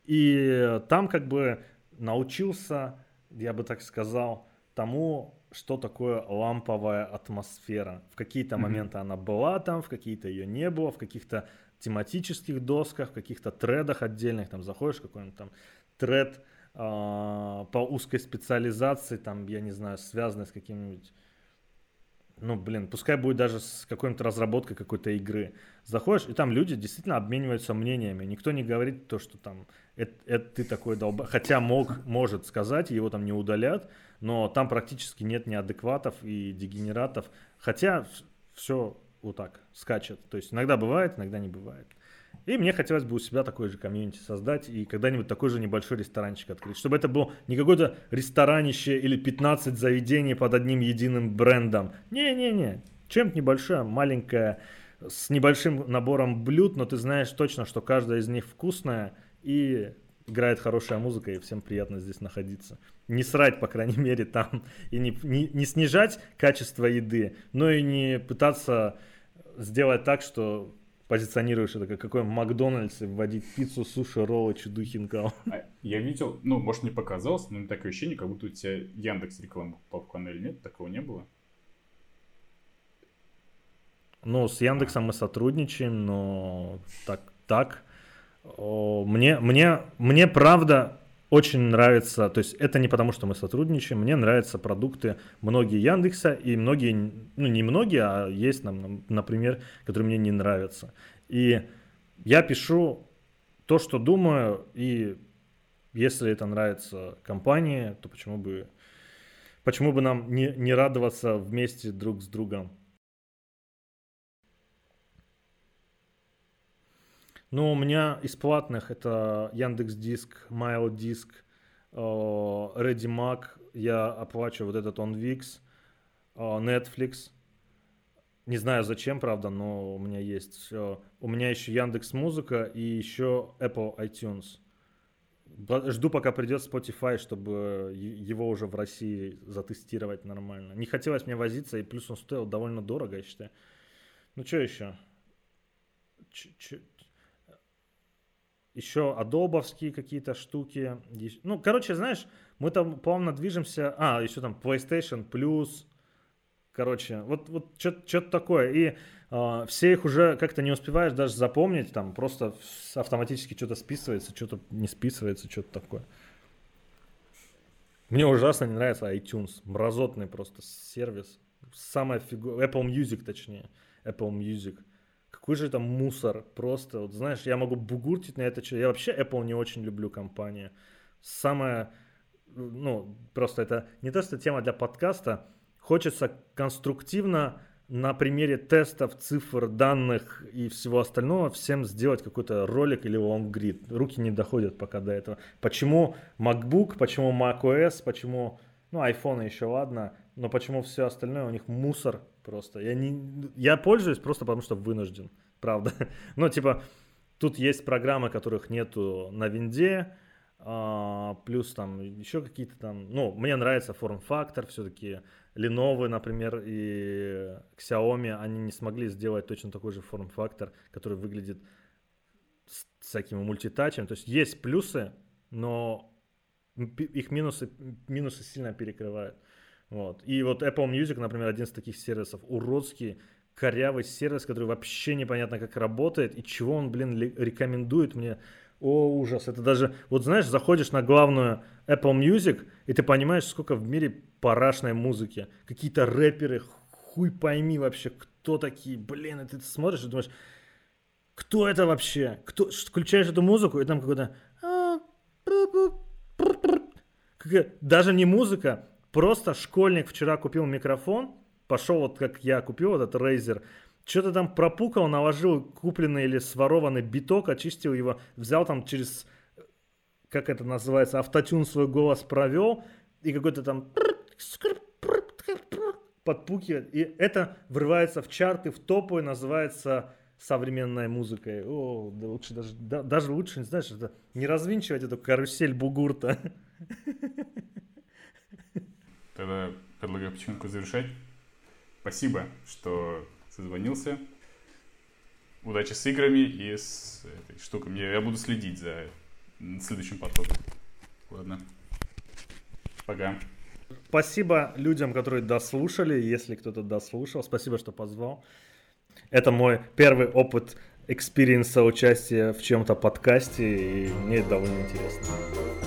B: и там как бы научился, я бы так сказал, тому, что такое ламповая атмосфера. В какие-то моменты она была там, в какие-то ее не было, в каких-то тематических досках, в каких-то тредах отдельных, там заходишь в какой-нибудь там тред по узкой специализации, там, я не знаю, связанной с каким-нибудь, ну, блин, пускай будет даже с какой-нибудь разработкой какой-то игры. Заходишь, и там люди действительно обмениваются мнениями. Никто не говорит то, что там, это ты такой долбай. Хотя может сказать, его там не удалят, но там практически нет неадекватов и дегенератов. Хотя все вот так скачет. То есть иногда бывает, иногда не бывает. И мне хотелось бы у себя такой же комьюнити создать и когда-нибудь такой же небольшой ресторанчик открыть. Чтобы это был не какое-то ресторанище или 15 заведений под одним единым брендом. Не-не-не. Чем-то небольшое, маленькое, с небольшим набором блюд, но ты знаешь точно, что каждая из них вкусная и играет хорошая музыка, и всем приятно здесь находиться. Не срать, по крайней мере, там. И не снижать качество еды, но и не пытаться сделать так, что позиционируешь это как какой Макдональдс и вводить пиццу, суши, роллы, чуду, хинкал.
A: Я видел, ну, может, мне показалось, но такое ощущение, как будто у тебя Яндекс рекламу попал в канале. Нет, такого не было?
B: Ну, с Яндексом мы сотрудничаем, но так. Мне правда очень нравится, то есть это не потому, что мы сотрудничаем, мне нравятся продукты многие Яндекса и многие, ну не многие, а есть, например, которые мне не нравятся. И я пишу то, что думаю, и если это нравится компании, то почему бы нам не радоваться вместе друг с другом? Ну, у меня из платных это Яндекс.Диск, Mail.Диск, ReadyMac, я оплачиваю вот этот OnVix, Netflix. Не знаю зачем, правда, но у меня есть. У меня еще Яндекс.Музыка и еще Apple iTunes. Жду, пока придет Spotify, чтобы его уже в России затестировать нормально. Не хотелось мне возиться, и плюс он стоил довольно дорого, я считаю. Ну, что еще? Еще адобовские какие-то штуки. Ну, короче, знаешь, мы там плавно движемся. Еще там PlayStation Plus. Короче, вот что-то такое. И все их уже как-то не успеваешь даже запомнить. Там просто автоматически что-то списывается, что-то не списывается, что-то такое. Мне ужасно не нравится iTunes. Мразотный просто сервис. Самая Apple Music, точнее. Apple Music. Какой же это мусор, просто, вот знаешь, я могу бугуртить на это. Я вообще Apple не очень люблю компанию. Самое, ну, просто это не то, что тема для подкаста. Хочется конструктивно на примере тестов, цифр, данных и всего остального всем сделать какой-то ролик или лонгрид. Руки не доходят пока до этого. Почему MacBook, почему macOS, почему, ну, iPhone еще ладно, но почему все остальное у них мусор просто. Я пользуюсь просто потому, что вынужден, правда. Ну, типа, тут есть программы, которых нету на винде, плюс там еще какие-то там, ну, мне нравится форм-фактор, все-таки Lenovo, например, и Xiaomi, они не смогли сделать точно такой же форм-фактор, который выглядит с всякими мультитачами. То есть есть плюсы, но их минусы сильно перекрывают. Вот. И вот Apple Music, например, один из таких сервисов. Уродский, корявый сервис, который вообще непонятно как работает. И чего он, рекомендует мне. О, ужас. Это даже, вот знаешь, заходишь на главную Apple Music, и ты понимаешь, сколько в мире парашной музыки. Какие-то рэперы, хуй пойми вообще, кто такие. Блин, и ты смотришь и думаешь, кто это вообще? Включаешь эту музыку, и там какой-то... Даже не музыка, просто школьник вчера купил микрофон, пошел вот как я купил этот Razer, что-то там пропукал, наложил купленный или сворованный биток, очистил его, взял там через, как это называется, автотюн свой голос провел, и какой-то там подпукивает, и это врывается в чарты, в топы, называется современной музыкой. О, да лучше даже лучше, не знаешь, это не развинчивать эту карусель бугурта.
A: Тогда предлагаю потихоньку завершать. Спасибо, что созвонился. Удачи с играми и с этой штукой. Я буду следить за следующим потоком. Ладно. Пока.
B: Спасибо людям, которые дослушали, если кто-то дослушал. Спасибо, что позвал. Это мой первый опыт экспириенса участия в чем-то подкасте, и мне это довольно интересно.